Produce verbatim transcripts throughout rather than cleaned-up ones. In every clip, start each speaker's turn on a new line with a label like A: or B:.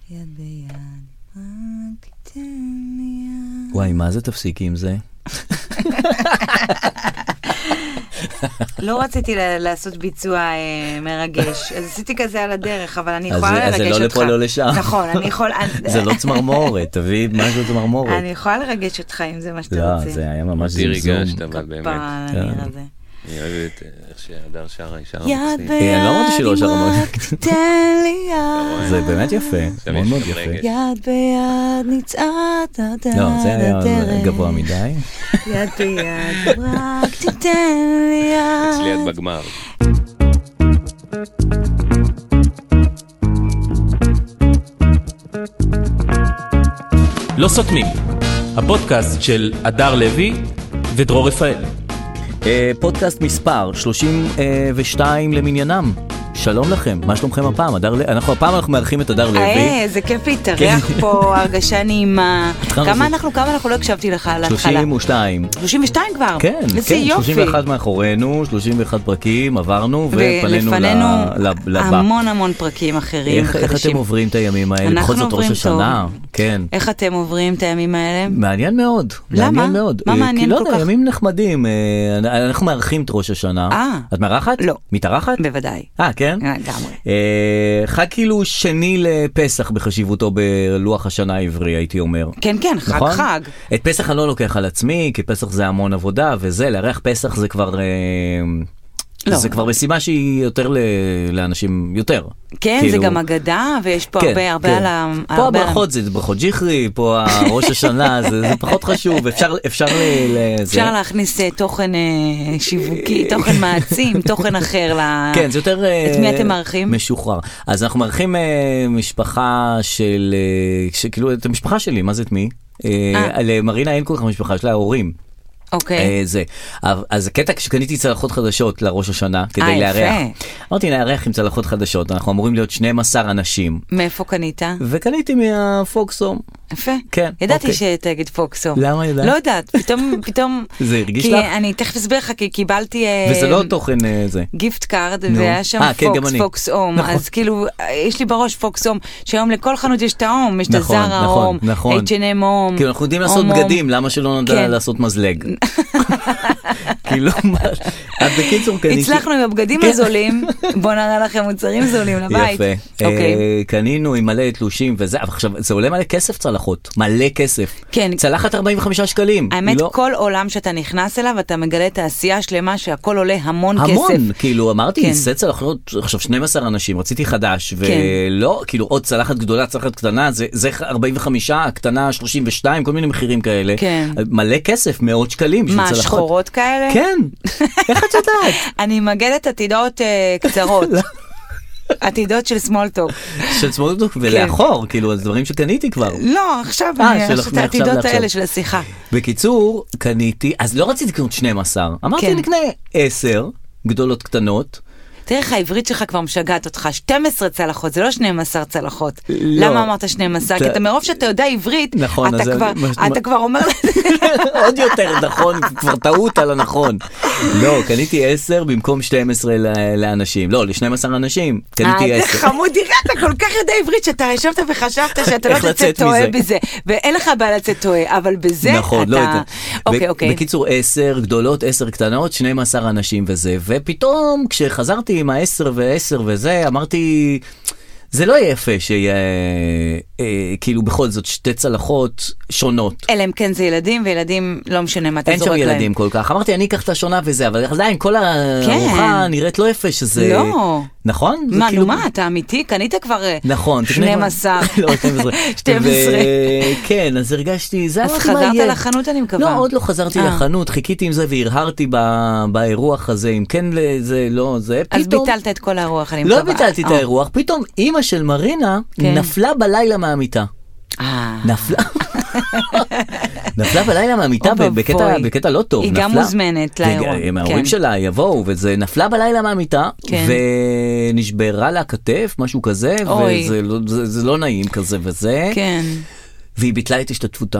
A: יד ביד, רק תן לי יד.
B: וואי, מה זה תפסיקי עם זה?
A: לא רציתי לעשות ביצוע מרגש, אז עשיתי כזה על הדרך, אבל אני יכולה לרגש אותך.
B: אז זה לא לפה, לא לשם.
A: נכון, אני יכולה...
B: זה לא צמרמורת, תביא משהו צמרמורת.
A: אני יכולה לרגש אותך אם זה מה שאתה רוצה.
B: לא, זה היה ממש
C: זמזום.
B: זמזום.
C: אבל באמת.
A: כפרה, אני רזה.
C: אני אוהבת איך שהדר שרה, היא שרה
A: יד
C: מקסים.
A: ביד,
B: אני לא אמרתי שלא שרה
A: אם
B: מאוד.
A: רק תן לי יד.
B: זה באמת יפה, מאוד מאוד יפה.
A: יד ביד נצעד עד הדרך.
B: לא, זה היה גבוה מדי.
A: יד ביד, רק תתן לי יד.
C: אצלי יד בגמר.
D: לא סותמים, הפודקאסט של הדר לוי ודרור רפאל.
B: פודקאסט מספר שלושים ושתיים למניינם. שלום לכם, מה שלומכם הפעם? אנחנו הפעם אנחנו מארחים את הדר לוי.
A: אה, זה כיף להתארח פה, הרגשה נעימה. כמה אנחנו, כמה אנחנו לא הקשבתי לך על ההתחלה.
B: שלושים ושתיים.
A: שלושים ושתיים כבר?
B: כן,
A: איזה
B: כן,
A: יופי.
B: שלושים ואחת מאחורינו, שלושים ואחת פרקים עברנו, ופנינו לבא.
A: המון המון פרקים אחרים.
B: איך אתם עוברים את הימים האלה? בכל זאת ראש השנה. כן.
A: איך אתם עוברים את הימים האלה?
B: מעניין מאוד.
A: למה?
B: מעניין מאוד.
A: מה מעניין כל כך?
B: כי לא יודע, ימים נחמדים. אנחנו מארחים את ראש השנה.
A: אה.
B: את מארחת?
A: לא.
B: מתארחת?
A: בוודאי.
B: אה, כן?
A: לגמרי.
B: חג כאילו שני לפסח בחשיבותו בלוח השנה העברי, הייתי אומר.
A: כן, כן, חג
B: נכון?
A: חג.
B: את פסח אני לא לוקח על עצמי, כי פסח זה המון עבודה, וזה, לארח פסח זה כבר... לא. זה כבר משימה שהיא יותר ל... לאנשים, יותר.
A: כן, כאילו... זה גם אגדה, ויש פה כן, הרבה, הרבה כן. על ה...
B: פה הברכות זה ברכות ג'יחרי, פה ראש השנה, זה, זה פחות חשוב, אפשר, אפשר ל...
A: אפשר להכניס תוכן שיווקי, תוכן מעצים, תוכן אחר ל...
B: כן, זה יותר...
A: את מי אתם מארחים?
B: משוחרר. אז אנחנו מארחים משפחה של... כאילו, את המשפחה שלי, מה זה את מי? למרינה אין כל כך משפחה, שלה ההורים.
A: אוקיי.
B: זה. אז הקטע כשקניתי צלחות חדשות לראש השנה, כדי לארח. אמרתי, נארח עם צלחות חדשות, אנחנו אמורים להיות שנים עשר אנשים.
A: מאיפה קנית?
B: וקניתי מהפוקסום.
A: יפה.
B: כן.
A: ידעתי שתגיד פוקסום.
B: למה ידעת?
A: לא יודעת, פתאום, פתאום...
B: זה הרגיש
A: כי
B: לך?
A: אני תכף אסביר לך, כי קיבלתי...
B: וזה לא תוכן זה.
A: גיפט קארד, והיה שם פוקס, פוקסום. אז כאילו, יש לי בראש פוקסום, שהיום לכל חנות יש את האום, יש את הזר האום, אייץ' אנד אם אום.
B: כאילו, אנחנו יודעים לעשות בגדים, למה שלא נדע לעשות מזלג? כאילו, אז בקיצור קניתי...
A: הצלחנו עם הבגדים הזולים, בוא נראה לכם מוצרים זולים לבית.
B: יפה. קנינו עם מלא תלושים וזה, אבל עכשיו, זה עולה מלא כסף צלחות, מלא כסף.
A: כן.
B: צלחת ארבעים וחמישה שקלים.
A: האמת, כל עולם שאתה נכנס אליו, אתה מגלה תעשייה שלמה שהכל עולה המון כסף.
B: המון, כאילו, אמרתי, זה צלחות, עכשיו שנים עשר אנשים, רציתי חדש, ולא, כאילו, עוד צלחת גדולה, צלחת קטנה, זה ארבעים וחמש, הקטנה שלושים ושתיים, כל מיני מחירים כאלה.
A: כן.
B: מלא כסף, מאות שקלים.
A: מה, שחורות כאלה?
B: כן. איך את יודעת?
A: אני מגלת עתידות קצרות. עתידות של סמולטוק.
B: של סמולטוק ולאחור, כאילו, זה דברים שקניתי כבר.
A: לא, עכשיו אני אעשה את העתידות האלה של השיחה.
B: בקיצור, קניתי, אז לא רציתי לקנות שנים עשר. אמרתי, נקנה עשר גדולות קטנות.
A: תראה איך העברית שלך כבר משגעת אותך, שתים עשרה צלחות, זה לא שתים עשרה צלחות. למה אמרת שתים עשרה? כי אתה מרוב שאתה יודע עברית, אתה כבר אומר...
B: עוד יותר נכון, כבר טעות על הנכון. לא, קניתי עשר במקום שתים עשרה לאנשים. לא, ל-שנים עשר אנשים, קניתי עשר.
A: זה חמוד, תראה, אתה כל כך יודע עברית, שאתה ישבת וחשבת שאתה לא תצא טועה בזה. ואין לך בעיה לצאת טועה, אבל בזה אתה...
B: נכון, לא יודע.
A: אוקיי, אוקיי.
B: בקיצור, עשר גדולות, עשר קטנות, שנים עשר אנשים וזה. ופתאום, כשחזרתי עם העשר ועשר וזה, אמרתי, זה לא יהיה יפה שיהיה, אה, כאילו בכל זאת שתי צלחות שונות.
A: אלא אם כן זה ילדים, וילדים לא משנה מה אתה זורק להם.
B: אין שם ילדים כל כך. אמרתי, אני אקח את השונה וזה, אבל עדיין כל הארוחה נראית לא יפה שזה...
A: לא.
B: נכון?
A: מה, נו מה, אתה אמיתי? קנית כבר
B: נכון,
A: שנים עשר.
B: לא, שתים עשרה.
A: שתים עשרה.
B: כן, אז הרגשתי, זה
A: אז חזרת לחנות אני מקווה.
B: לא, עוד לא חזרתי לחנות, חיכיתי עם זה והרהרתי באירוח הזה, אם כן זה לא, זה פתאום...
A: אז ביטלת את כל האירוח, אני מקווה.
B: לא ביטלתי את האירוח, פתאום אמא של מרינה נפלה בלילה מהמיטה. נפלה. נפלה בלילה מהמיטה בקטע לא טוב.
A: היא גם מוזמנת לאירוע.
B: ההורים שלה יבואו, וזה נפלה בלילה מהמיטה, ונשברה לה כתף, משהו כזה, וזה לא נעים כזה וזה. והיא ביטלה את השתתפותה.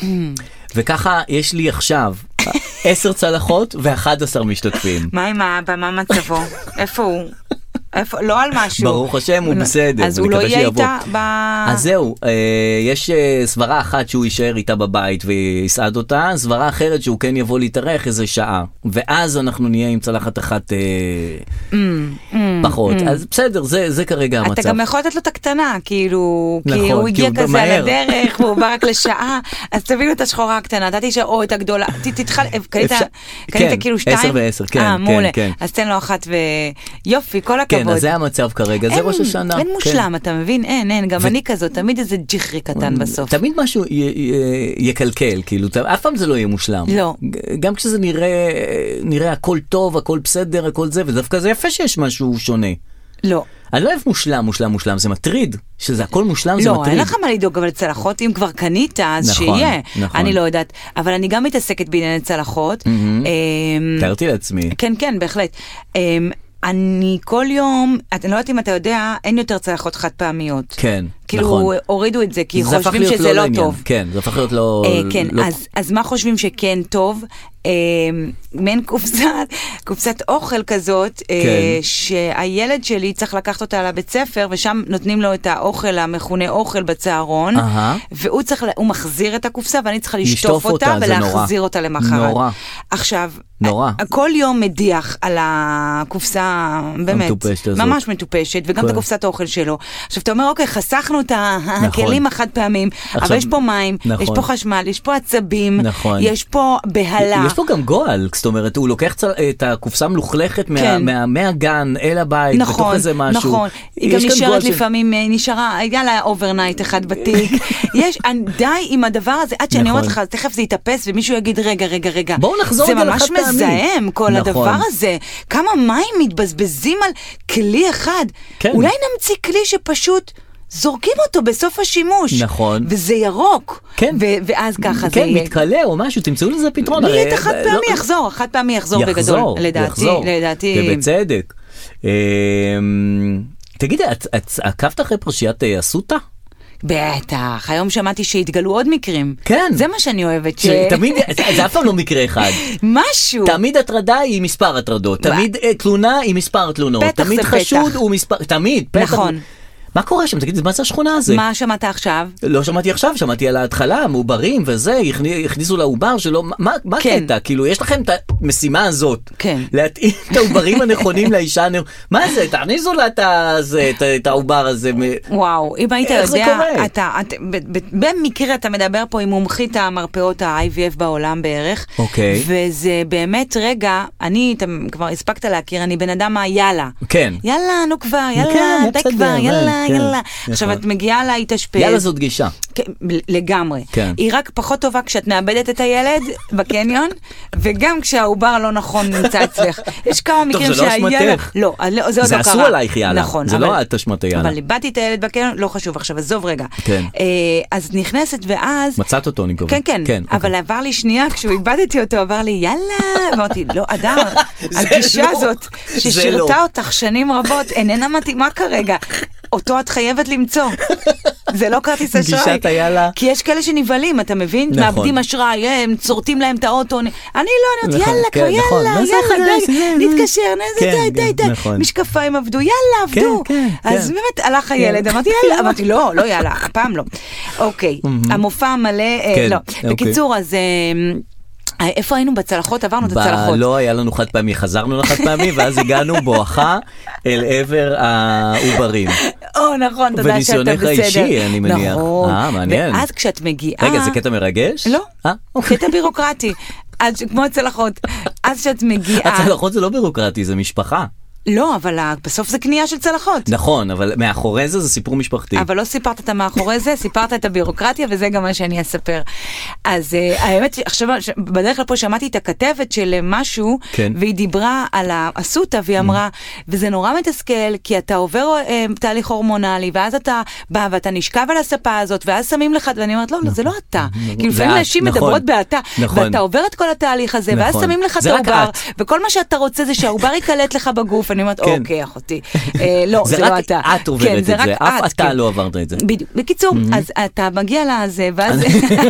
B: וככה יש לי עכשיו עשר צלחות ואחד עשר משתתפים.
A: מה עם האבא, מה מצבו? איפה הוא? לא על משהו.
B: ברוך השם, הוא בסדר.
A: אז הוא לא יהיה איתה ב...
B: אז זהו, יש סברה אחת שהוא יישאר איתה בבית ויסעד אותה, סברה אחרת שהוא כן יבוא להתארח איזה שעה, ואז אנחנו נהיה עם צלחת אחת פחות. אז בסדר, זה כרגע המצב.
A: אתה גם יכול לתת לו את הקטנה, כאילו, כי הוא הגיע כזה על הדרך, והוא בא רק לשעה, אז תביאו את השחורה הקטנה, אתה תשאר, או את הגדולה, תתחל, קנית כאילו שתיים?
B: עשר ועשר, כן, כן.
A: אז תן לו אחת ויופי, כל הכבוד.
B: כן, אז זה המצב כרגע, זה ראש השנה.
A: אין מושלם, אתה מבין? אין, אין, גם אני כזאת, תמיד איזה ג'יחרי קטן בסוף.
B: תמיד משהו יקלקל, כאילו, אף פעם זה לא יהיה מושלם.
A: לא.
B: גם כשזה נראה הכל טוב, הכל בסדר, הכל זה, ודווקא זה יפה שיש משהו שונה.
A: לא.
B: אני לא אוהב מושלם, מושלם, מושלם, זה מטריד, שזה הכל מושלם, זה מטריד.
A: לא, אין לך מה לדאוג, אבל צלחות, אם כבר קנית, אז שיהיה. אני לא יודעת, אבל אני גם מתעסקת בענייני צלחות.
B: תארתי לעצמי.
A: כן, כן, בהחלט. אני כל יום, אני לא יודעת אם אתה יודע, אין יותר צלחות חד פעמיות.
B: כן,
A: כאילו,
B: נכון.
A: כאילו הורידו את זה, כי חושבים שזה לא טוב.
B: כן, זה הפך להיות לא...
A: כן, אז מה חושבים שכן טוב? מעין קופסת אוכל כזאת, שהילד שלי צריך לקחת אותה לבית ספר, ושם נותנים לו את האוכל המכונה אוכל בצהרון, והוא צריך, הוא מחזיר את הקופסה, ואני צריכה לשטוף אותה ולהחזיר אותה למחרת.
B: נורא.
A: עכשיו,
B: נורא.
A: כל יום מדיח על הקופסה, באמת, ממש מטופשת, וגם את הקופסת האוכל שלו. עכשיו, אתה אומר, אוקיי, חסכנו את הכלים החד פעמים, אבל יש פה מים, יש פה חשמל, יש פה עצבים, יש פה בהלה.
B: יש פה גם גועל, זאת אומרת, הוא לוקח את הקופסה מלוכלכת מהגן אל הבית, בתוך איזה משהו.
A: נכון, היא גם נשארת לפעמים, נשארה, היה לה אוברנייט אחד בתיק. יש, די עם הדבר הזה, עד שאני אומרת לך, תכף זה יתאפס, ומישהו יגיד, רגע, רגע, רגע.
B: בואו נחזור את זה לחד פעמים.
A: זה ממש מזהם, כל הדבר הזה. כמה מים מתבזבזים על כלי אחד. אולי נמציא כלי שפשוט... זורקים אותו בסוף השימוש.
B: נכון.
A: וזה ירוק.
B: כן.
A: ו- ואז ככה
B: כן,
A: זה יהיה.
B: כן, מתקלה או משהו, תמצאו לזה פתרון.
A: מי את החד פעמי לא... יחזור, החד פעמי יחזור, יחזור בגדול. לדעתי,
B: יחזור.
A: לדעתי.
B: ובצדק. תגידי, את, את עקבת אחרי פרשיית אסותא?
A: בטח, היום שמעתי שהתגלו עוד מקרים.
B: כן.
A: זה מה שאני אוהבת. ש...
B: תמיד, זה אף פעם לא מקרה אחד.
A: משהו.
B: תמיד הטרדה היא מספר הטרדות, תמיד תלונה היא מספר תלונות.
A: פתח
B: תמיד
A: זה
B: חשוד
A: פתח.
B: הוא מספר, תמיד. פתח.
A: נכון.
B: מה קורה שם? תגיד, מה זה השכונה הזה?
A: מה שמעת עכשיו?
B: לא שמעתי עכשיו, שמעתי על ההתחלה, מעוברים וזה, הכניסו לעובר שלו, מה, מה כן. קטע? כאילו, יש לכם את המשימה הזאת.
A: כן.
B: להתאים את העוברים הנכונים לאישה, מה זה? תעניזו לה את העובר הזה.
A: וואו, אם היית יודע, אתה, אתה, במקרה אתה מדבר פה עם מומחית המרפאות ה-איי וי אף בעולם בערך,
B: אוקיי.
A: וזה באמת רגע, אני, אתה כבר הספקת להכיר, אני בן אדם היאללה.
B: כן.
A: יאללה, נו כבר, יאללה, די כבר, יאללה. יאללה. עכשיו את מגיעה לה, היא תשפז.
B: יאללה זאת גישה.
A: לגמרי.
B: כן.
A: היא רק פחות טובה כשאת מאבדת את הילד בקניון, וגם כשהעובר לא נכון נמצא אצלך. יש כמה מקרים שהיאללה... לא, זה עוד לא קרה.
B: זה אסור עלייך יאללה.
A: נכון.
B: זה לא את אשמת היאללה.
A: אבל איבדתי את הילד בקניון, לא חשוב. עכשיו, עזוב רגע.
B: כן.
A: אז נכנסת ואז...
B: מצאת אותו, אני קורא.
A: כן, כן. אבל עבר לי שנייה, כשהוא איבדתי אותו, עבר לי יאללה. אמרתי, לא, אדם, הגישה הזאת, ששירתה אותך שנים רבות, איננה מתאימה כרגע. אותו את חייבת למצוא. זה לא כרטיס אשראי.
B: גישת היאללה.
A: כי יש כאלה שנבלים, אתה מבין?
B: נכון.
A: מאבדים אשראי, הם צורטים להם את האוטו. אני לא, אני אומרת,
B: נכון,
A: יאללה,
B: כן,
A: כבר
B: נכון.
A: יאללה, יאללה, די, נתקשר,
B: כן,
A: די, די, די.
B: נכון.
A: משקפיים עבדו, יאללה, עבדו.
B: כן, כן,
A: אז
B: כן.
A: באמת הלך הילד, אמרתי, יאללה, אמרתי, לא, לא יאללה, הפעם לא. אוקיי, המופע מלא,
B: כן,
A: לא.
B: אוקיי.
A: בקיצור, אז... איפה היינו בצלחות? עברנו את הצלחות.
B: לא היה לנו חד פעמי, חזרנו לחד פעמי, ואז הגענו בואכה אל עבר העוברים.
A: או, נכון, תודה שאתה בסדר.
B: וניסיונך האישי, אני מניח.
A: נכון.
B: אה, מעניין.
A: ואז כשאת מגיעה...
B: רגע, זה קטע מרגש?
A: לא,
B: אה?
A: קטע בירוקרטי. כמו הצלחות. אז כשאת מגיעה...
B: הצלחות זה לא בירוקרטי, זה משפחה.
A: לא, אבל בסוף זה קנייה של צלחות.
B: נכון, אבל מאחורי זה זה סיפור משפחתי.
A: אבל לא סיפרת את המאחורי זה, סיפרת את הבירוקרטיה, וזה גם מה שאני אספר. אז האמת, עכשיו, בדרך כלל פה שמעתי את הכתבת של משהו, והיא דיברה על האסותא, והיא אמרה, וזה נורא מתסכל, כי אתה עובר תהליך הורמונלי, ואז אתה בא ואתה נשכב על הספה הזאת, ואז שמים לך, ואני אומרת, לא, זה לא אתה. כי לפעמים נשים מדברות באתה, ואתה עובר את כל התהליך הזה, ואז שמים לך את העובר, וכל מה שאתה רוצה זה שהעובר יקלט לך בגוף, בסוף אני אומרת, אוקיי, אחותי. לא, זה לא אתה.
B: את עוברת את זה, אף אתה לא עברת את זה.
A: בדיוק. בקיצור, אז אתה מגיע לזה, ואז...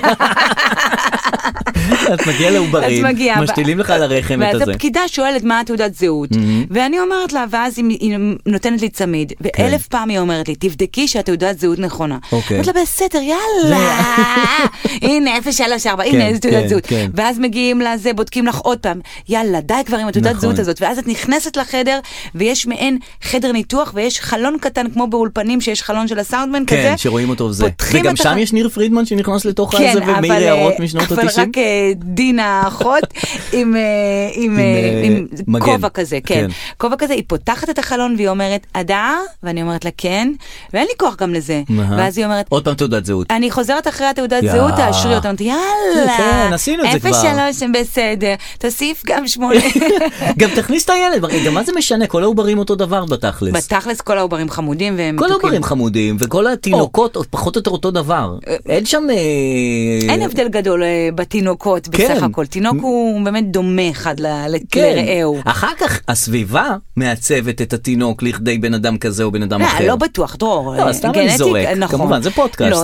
B: את מגיעה לעוברים, משתילים לך על הרחם את הזה.
A: ואז הפקידה שואלת מה התעודת זהות, ואני אומרת לה, ואז היא נותנת לי צמיד, ואלף פעם היא אומרת לי, תבדקי שהתעודת זהות נכונה. אומרת לה, בסדר, יאללה, הנה, אפס שלוש ארבע, הנה, איזה תעודת זהות. ואז מגיעים לזה, בודקים לך עוד פעם, יאללה, די כבר עם התעודת זהות הזאת, ואז את נכנסת לחדר, ויש מעין חדר ניתוח, ויש חלון קטן, כמו באולפנים, שיש חלון של הסאונדמן כזה.
B: כן, שרואים אותו וזה. וגם שם יש ניר פרידמן שנכנס לתוך הזה, ומאיר הערות משנות ה-תשעים.
A: דינה אחות עם, עם, עם, עם כובע כזה, כן. כובע כזה, היא פותחת את החלון והיא אומרת, אדר? ואני אומרת לה, כן. ואין לי כוח גם לזה. ואז היא אומרת,
B: עוד פעם תעודת זהות.
A: אני חוזרת אחרי התעודת זהות, תאשרי אותה. אמרתי, יאללה.
B: כן, עשינו את זה כבר.
A: אפס שלוש, הם בסדר. תוסיף גם שמונה.
B: גם תכניס את הילד. גם מה זה משנה? כל העוברים אותו דבר בתכלס.
A: בתכלס כל העוברים חמודים והם
B: כל העוברים חמודים, וכל התינוקות פחות או יותר אותו דבר. אין שם...
A: אין הבדל גדול בתינוקות. בסך הכל, תינוק הוא באמת דומה אחד לרעהו.
B: אחר כך הסביבה מעצבת את התינוק לכדי בן אדם כזה או בן אדם אחר.
A: לא בטוח, דרור.
B: לא, סתם אני זורק. כמובן, זה פודקאסט.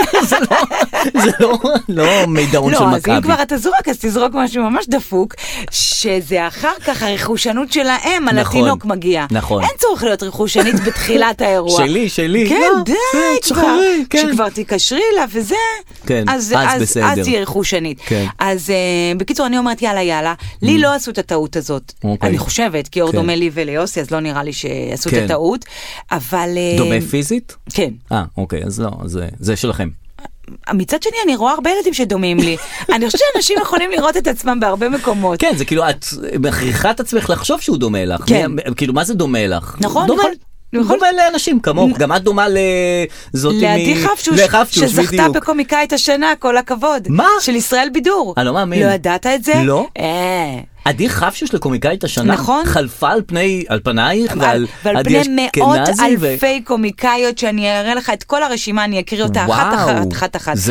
B: זה לא מידעון של מכבי.
A: לא, אז אם כבר אתה זורק, אז תזרוק משהו ממש דפוק, שזה אחר כך הרכושנות שלהם על התינוק מגיע.
B: נכון.
A: אין צורך להיות רכושנית בתחילת האירוע.
B: שלי, שלי.
A: כן, די, כבר. שכבר תקשרי לה וזה, אז תהיה רכושנית. אז uh, בקיצור אני אומרת יאללה יאללה, לי לא עשו את הטעות הזאת, אני חושבת, כי אור דומה לי וליוסי, אז לא נראה לי שעשו את הטעות, אבל...
B: דומה פיזית?
A: כן.
B: אה, אוקיי, אז לא, זה שלכם.
A: מצד שני אני רואה הרבה ילדים שדומים לי, אני חושבת שאנשים יכולים לראות את עצמם בהרבה מקומות.
B: כן, זה כאילו את מכריחה את עצמך לחשוב שהוא דומה לך, כאילו מה זה דומה לך?
A: נכון,
B: נכון. דומה לאנשים כמוך, גם את דומה לזאת
A: לעדי חפשוש, שזכתה בקומיקאית השנה, כל הכבוד.
B: מה?
A: של ישראל בידור.
B: אני לא מאמין.
A: לא ידעת את זה?
B: לא.
A: אה.
B: עדי חפשוש לקומיקאית השנה,
A: נכון.
B: חלפה על פני, על פנייך ועל
A: ועל פני מאות אלפי קומיקאיות שאני אראה לך את כל הרשימה, אני אקריא אותה אחת אחת אחת אחת.
B: זה,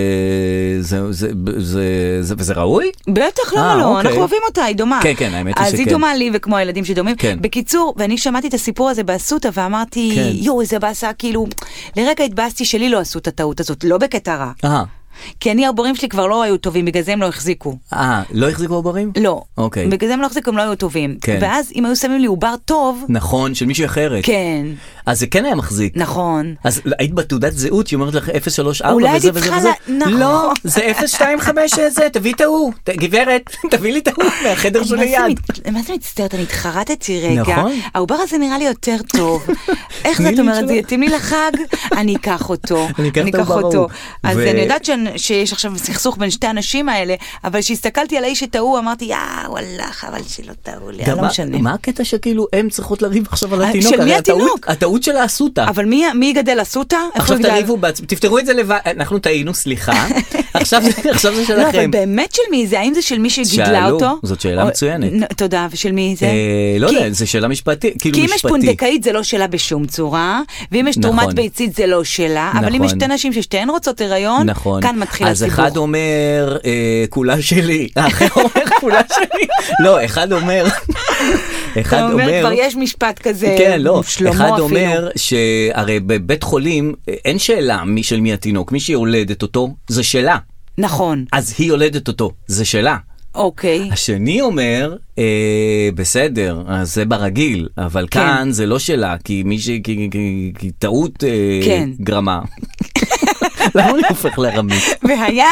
B: זה, זה, זה, זה, וזה ראוי?
A: בטח, למה לא? אנחנו אוהבים אותה, היא דומה.
B: כן, כן, האמת היא שכן.
A: אז היא דומה לי וכמו הילדים שדומים. בקיצור, ואני שמעתי את הסיפור הזה באסותא ואמרתי, יו, איזה בעשה, כאילו, לרגע התבאסתי שלי לא עשו את הטעות הזאת, לא בקטע רע.
B: אהה.
A: כי אני, העוברים שלי כבר לא היו טובים, בגלל זה הם לא החזיקו.
B: אה, לא החזיקו עוברים?
A: לא.
B: אוקיי.
A: בגלל זה הם לא החזיקו, הם לא היו טובים.
B: כן.
A: ואז אם היו שמים לי עובר טוב...
B: נכון, של מישהו אחרת.
A: כן.
B: אז זה כן היה מחזיק.
A: נכון.
B: אז היית בתעודת זהות שאומרת לך אפס שלוש ארבע וזה וזה וזה.
A: נכון.
B: לא, זה אפס שתיים חמש זה, תביא את ההוא. גברת, תביא לי את ההוא מהחדר של ליד.
A: מה זה מצטערת? אני התחרטתי רגע.
B: נכון.
A: העובר הזה נראה לי יותר טוב. איך זאת אומרת? זה יתאים לי לחג? אני אקח אותו.
B: אני אקח אותו.
A: אז אני יודעת שיש עכשיו סכסוך בין שתי אנשים האלה, אבל שהסתכלתי על האיש שטעו, אמרתי, יא, וואלה, חבל שלא טעו לי, לא משנה.
B: מה הקטע שכאילו הם צריכות לריב עכשיו על התינוק?
A: של מי התינוק?
B: הטעות של האסותא.
A: אבל מי יגדל אסותא?
B: עכשיו תריבו, תפתרו את זה לבד, אנחנו טעינו, סליחה, עכשיו זה שלכם.
A: לא, אבל באמת של מי זה? האם זה של מי שגידלה אותו?
B: זאת שאלה מצוינת.
A: תודה, ושל מי זה?
B: לא יודע, זה שאלה משפטית.
A: כי אם יש פונדקאית זה לא שאלה בשום צורה, ואם יש תרומת ביצית זה לא שאלה, אבל אם יש שתי נשים ששתיהן רוצות הריון, כאן מתחיל הסיבוך.
B: אז אחד אומר, כולה שלי, האחר אומר, כולה שלי. לא, אחד אומר, אחד אומר,
A: כבר יש משפט כזה,
B: כן, לא, אחד אומר שהרי בבית חולים אין שאלה של מי התינוק, מי שיולדת אותו, זה שאלה.
A: נכון.
B: אז היא יולדת אותו, זה שאלה.
A: אוקיי.
B: השני אומר, אה, בסדר, אז זה ברגיל, אבל כן. כאן זה לא שאלה, כי מי ש... כי, כי, כי טעות אה,
A: כן.
B: גרמה. למה אני הופך לרמית?
A: והיה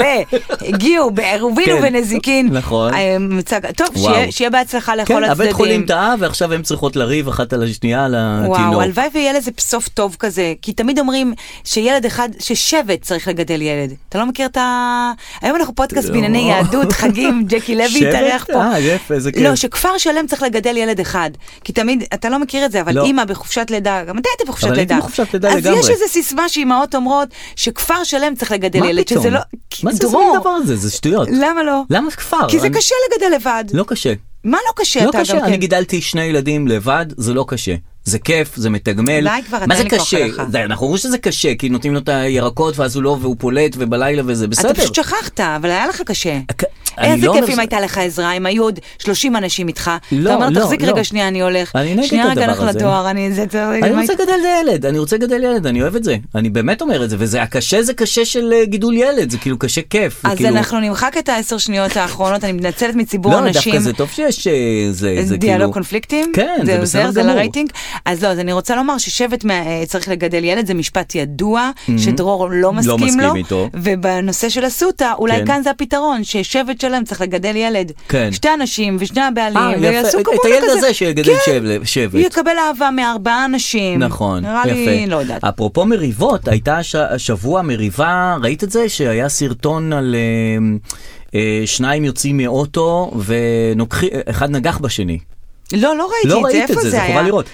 A: והגיעו בעירובין ובנזיקין.
B: נכון.
A: טוב, שיהיה בהצלחה לכל הצדדים.
B: כן, הבית חולים טעה, ועכשיו הם צריכות לריב אחת על השנייה על התינוק.
A: וואו, הלוואי ויהיה לזה סוף טוב כזה, כי תמיד אומרים שילד אחד, ששבט צריך לגדל ילד. אתה לא מכיר את ה... היום אנחנו פודקאסט בענייני יהדות, חגים, ג'קי לוי התארח פה.
B: אה, יפה, זה כן.
A: לא, שכפר שלם צריך לגדל ילד אחד. כי תמיד, אתה לא מכיר את זה, אבל אמא בחופשת לידה, גם אתה היית בחופשת לידה. אז יש איזו סיסמה שאימהות אומרות שכפר שלם צריך לגדל ילד, שזה לא...
B: מה זה זה דבר הזה? זה שטויות.
A: למה לא?
B: למה כפר?
A: כי זה קשה לגדל לבד.
B: לא קשה.
A: מה לא קשה?
B: לא קשה, אני גידלתי שני ילדים לבד, זה לא קשה. זה כיף, זה מתגמל. מה זה קשה? אנחנו רואים שזה קשה, כי נותנים לו את הירקות, ואז הוא לא, והוא פולט, ובלילה וזה בסדר.
A: אתה פשוט שכחת, אבל היה לך קשה. איזה כיף אם הייתה לך עזרה, אם היו עוד שלושים אנשים איתך. אתה אומר, תחזיק רגע שנייה, אני הולך.
B: אני נגד
A: שנייה רגע
B: הדבר
A: לך
B: הזה.
A: לדואר, אני
B: רוצה לגדל ילד, אני רוצה לגדל ילד, אני אוהב את זה. אני באמת אומר את זה, וזה הקשה, זה קשה של גידול ילד, זה כאילו קשה כיף.
A: אז אנחנו נמחק את העשר שניות האחרונות, אני מתנצלת מציבור אנשים.
B: לא, דווקא זה טוב שיש זה
A: דיאלוג קונפליקטים.
B: כן, זה בסדר
A: זה לרייטינג. אז לא, אז אני רוצה לומר ששבט צריך לגדל ילד, זה משפט ידוע, שדרור לא מסכים לו, ובנושא של הסוטה, אולי כאן זה הפתרון, ששבט שלהם צריך לגדל ילד. שתי אנשים ושני הבעלים, ויעשו כמובן
B: את הילד הזה שיגדל שבט.
A: יקבל אהבה מארבעה אנשים.
B: נכון,
A: נראה לי, לא יודעת.
B: אפרופו מריבות, הייתה השבוע מריבה, ראית את זה? שהיה סרטון על שניים יוצאים מאוטו, ואחד נגח בשני.
A: לא, לא ראיתי את זה, איפה זה היה?
B: זה חובה לראות.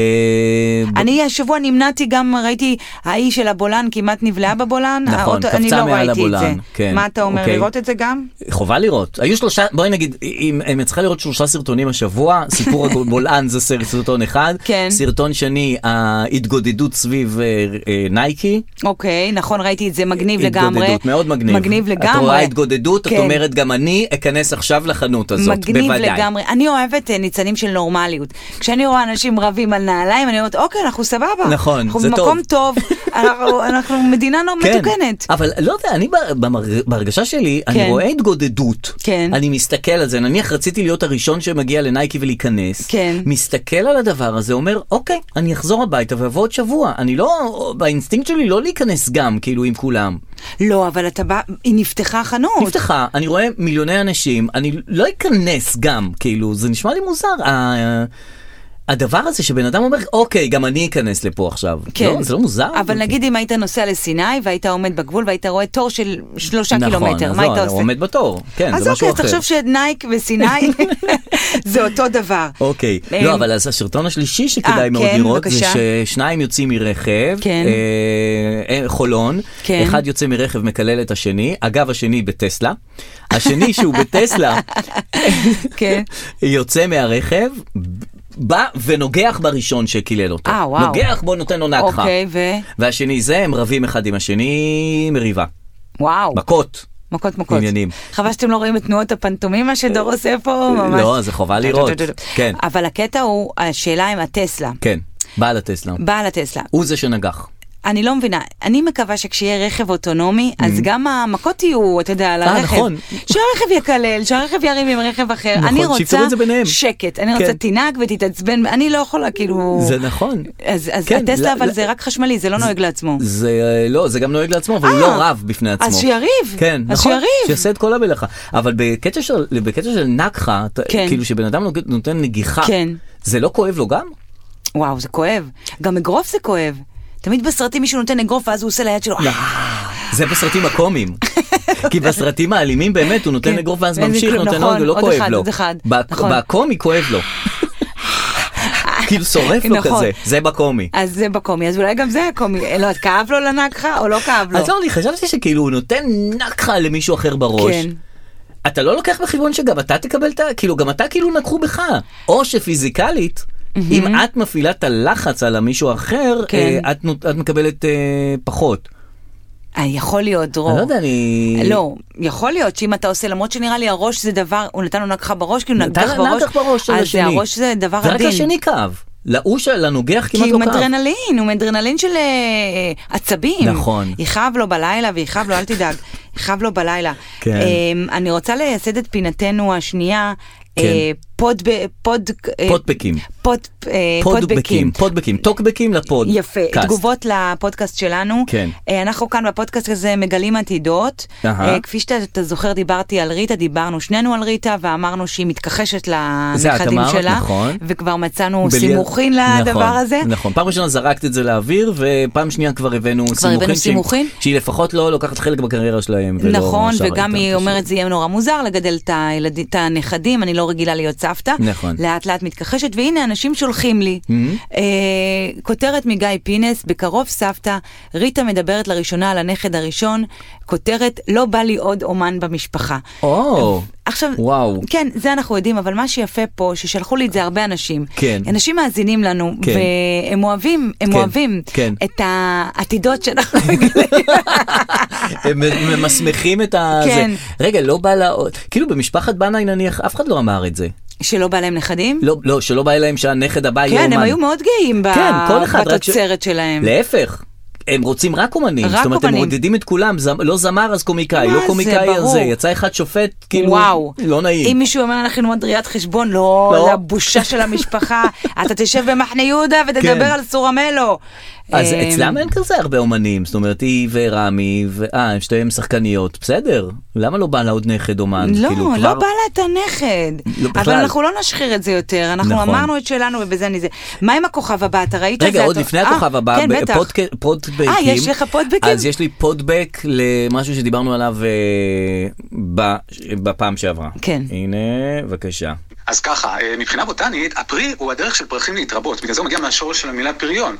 A: אני השבוע נמנעתי גם, ראיתי, האיש של הבולן כמעט נבלעה בבולן.
B: נכון, קפצה מעל הבולן.
A: מה אתה אומר, לראות את זה גם?
B: חובה לראות. היו שלושה, בואי נגיד, אם צריכה לראות שלושה סרטונים השבוע, סיפור הבולען זה סרטון אחד, סרטון שני, ההתגודדות סביב נייקי.
A: אוקיי, נכון, ראיתי את זה, מגניב לגמרי.
B: התגודדות, מאוד מגניב.
A: מגניב לגמרי.
B: את רואה התגודדות, את אומרת גם אני אכנס עכשיו לחנות הזאת,
A: מגניב לגמרי. אני אוהבת ניצנים של נורמליות. כשאני רואה אנשים רבים על נעליים, אני אומרת, אוקיי, אנחנו סבבה.
B: נכון,
A: אנחנו
B: זה טוב.
A: במקום טוב, אנחנו, אנחנו מדינה לא
B: כן,
A: מתוקנת.
B: אבל לא יודע, אני בהרגשה שלי,
A: כן.
B: אני רואה התגודדות.
A: כן.
B: אני מסתכל על זה, נניח רציתי להיות הראשון שמגיע לנייקי ולהיכנס.
A: כן.
B: מסתכל על הדבר הזה, אומר, אוקיי, אני אחזור הביתה ועבור עוד שבוע. אני לא, באינסטינקט שלי לא להיכנס גם, כאילו, עם כולם.
A: לא, אבל אתה בא, היא נפתחה חנות.
B: נפתחה, אני רואה מיליוני אנשים, אני לא אכנס גם, כאילו, זה נשמע לי מוזר. הדבר הזה שבן אדם אומר, אוקיי, גם אני אכנס לפה עכשיו.
A: כן.
B: לא, זה לא מוזר.
A: אבל נגיד אם היית נוסע לסיני, והיית עומד בגבול, והיית רואה תור של שלושה קילומטר, מה היית עושה?
B: נכון, עומד בתור, כן,
A: אז
B: זה משהו
A: אוקיי,
B: אחר.
A: תחשוב שנייק וסיני זה אותו דבר.
B: אוקיי, לא, אבל אז השרטון השלישי שכדאי מאוד לראות, זה ששניים יוצאים מרכב, חולון, אחד יוצא מרכב מקלל את השני, אגב השני בטסלה, השני שהוא בטסלה, יוצא מהרכב, בא ונוגח בראשון שקילל אותו.
A: אה, וואו.
B: נוגח בו נותן לו נגחה.
A: אוקיי, ו...
B: והשני זה, הם רבים אחד עם השני, מריבה.
A: וואו.
B: מכות.
A: מכות מכות.
B: עניינים.
A: חבל שאתם לא רואים את תנועות הפנטומימה שדור עושה פה, ממש.
B: לא, זה חובה לראות. כן.
A: אבל הקטע הוא, השאלה עם הטסלה.
B: כן, בעל הטסלה.
A: בעל הטסלה.
B: הוא זה שנגח.
A: אני לא מבינה, אני מקווה שכשיהיה רכב אוטונומי, אז גם המכות יהיו, אתה יודע, על הרכב.
B: נכון.
A: שהרכב יקלל, שהרכב ירים עם רכב אחר.
B: נכון,
A: אני רוצה שקט, אני רוצה
B: כן.
A: תינק ותתעצבן, אני לא יכולה כאילו...
B: זה נכון.
A: אז, אז
B: כן,
A: הטסלה,
B: לא,
A: אבל
B: לא,
A: זה רק חשמלי, זה לא
B: זה,
A: נוהג לעצמו.
B: זה לא, זה גם נוהג לעצמו, אבל הוא לא רב בפני עצמו.
A: אז שיריב.
B: כן,
A: אז
B: נכון.
A: שיריב.
B: שיעשה את כל המלאכה. אבל בקטע של, בקטע של נגחה,
A: כן.
B: כאילו שבן אדם נותן נגיחה,
A: כן.
B: זה לא כואב לו גם?
A: וואו, זה כואב. גם אגרוף זה כואב. תמיד בסרטים מישהו נותן אגרוף ואז הוא עושה ליד שלו.
B: זה בסרטים הקומיים. כי בסרטים האלימים באמת הוא נותן אגרוף ואז ממשיך, נותן עוד ולא כואב לו. בקומי כואב לו. כאילו שורף לו כזה, זה בקומי.
A: אז זה בקומי, אז אולי גם זה הקומי. לא, את כאב לו לנגחה או לא כאב לו?
B: אז לא, אני חשבתי שכאילו הוא נותן נגחה למישהו אחר בראש. אתה לא לוקח בחשבון שגם אתה תקבל את ה... כאילו גם אתה כאילו נגחו בך. או שפיזיקלית, אם את מפעילה את הלחץ על מישהו אחר, את מקבלת פחות.
A: יכול להיות, דרור.
B: אני לא יודע, אני...
A: לא, יכול להיות שאם אתה עושה, למרות שנראה לי הראש זה דבר, הוא נתן לו נגחה בראש, כי הוא נגח בראש, אז הראש זה דבר עדין.
B: ורק השני כאב. לאוש לנוגח כמעט לא כאב.
A: כי הוא מדרנלין, הוא מדרנלין של עצבים.
B: נכון.
A: יכאב לו בלילה, ויכאב לו, אל תדאג, יכאב לו בלילה.
B: כן.
A: אני רוצה לייסד את פינתנו השנייה, פוד
B: פודבקים פודבקים פודבקים טוקבקים לפוד.
A: יפה, תגובות לפודקאסט שלנו. אנחנו כאן בפודקאסט הזה מגלים עתידות. כפי שאתה זוכר, דיברתי על ריטה, דיברנו שנינו על ריטה ואמרנו שהיא מתכחשת לנכדים שלה, וכבר מצאנו סימוכין לדבר הזה.
B: נכון, פעם ראשונה זרקת את זה לאוויר, ופעם שנייה כבר הבאנו סימוכין שהיא לפחות לא לוקחת חלק בקריירה שלהם.
A: נכון, וגם היא אומרת זה יהיה נורא מוזר לגדל את הנכדים, אני לא רגילה להיות סבתא.
B: נכון.
A: לאט לאט מתכחשת, והנה אנשים שולחים לי. Mm-hmm. אה, כותרת מגיא פינס, בקרוב סבתא, ריטה מדברת לראשונה על הנכד הראשון, כותרת, לא בא לי עוד אומן במשפחה.
B: או. Oh.
A: עכשיו,
B: וואו.
A: כן, זה אנחנו יודעים, אבל מה שיפה פה, ששלחו לי את זה הרבה אנשים.
B: כן.
A: אנשים מאזינים לנו,
B: כן.
A: והם אוהבים, הם
B: כן.
A: אוהבים
B: כן.
A: את העתידות שאנחנו...
B: הם ממסמכים את ה...
A: כן.
B: זה. רגע, לא בא לה... כאילו במשפחת בנאי נניח, אף אחד לא אמר את זה.
A: שלא בא להם נכדים?
B: לא, לא, שלא בא להם שהנכד הבא יהיה אומן.
A: כן, הם היו מאוד גאים
B: כן, כל אחד,
A: בתוצרת שלהם.
B: להפך. הם רוצים רק אומנים,
A: רק
B: זאת אומרת,
A: אומנים.
B: הם מודדים את כולם, לא זמר אז קומיקאי, לא קומיקאי אז זה, יצא אחד שופט, כאילו,
A: וואו.
B: לא נעים.
A: אם מישהו אומר אנחנו ללמוד ראיית חשבון, לא,
B: לא.
A: זה הבושה של המשפחה, אתה תשב במחנה יהודה ותדבר
B: כן.
A: על סורמלו.
B: אז אצלם אין כזה הרבה אומנים, זאת אומרת, היא ורמי, אה, הם שתיהם שחקניות, בסדר, למה לא בא לה עוד נכד אומן?
A: לא,
B: כאילו,
A: לא
B: כבר...
A: בא לה את הנכד,
B: לא,
A: אבל אנחנו לא נשחיר את זה יותר, אנחנו
B: נכון.
A: אמרנו את שלנו ובזה אני זה. מה עם הכוכב הבא, אתה ראית?
B: רגע, עוד
A: אתה...
B: לפני
A: 아,
B: הכוכב הבא,
A: כן, בטח.
B: פודק... פודבקים,
A: אה, יש לך פודבקים?
B: אז יש לי פודבק למשהו שדיברנו עליו אה, ב... בפעם שעברה.
A: כן.
B: הנה, בבקשה.
E: אז ככה, מבחינה בוטנית, הפרי הוא הדרך של פרחים להתרבות, בגלל זה הוא מגיע מהשורש של המילה פריון.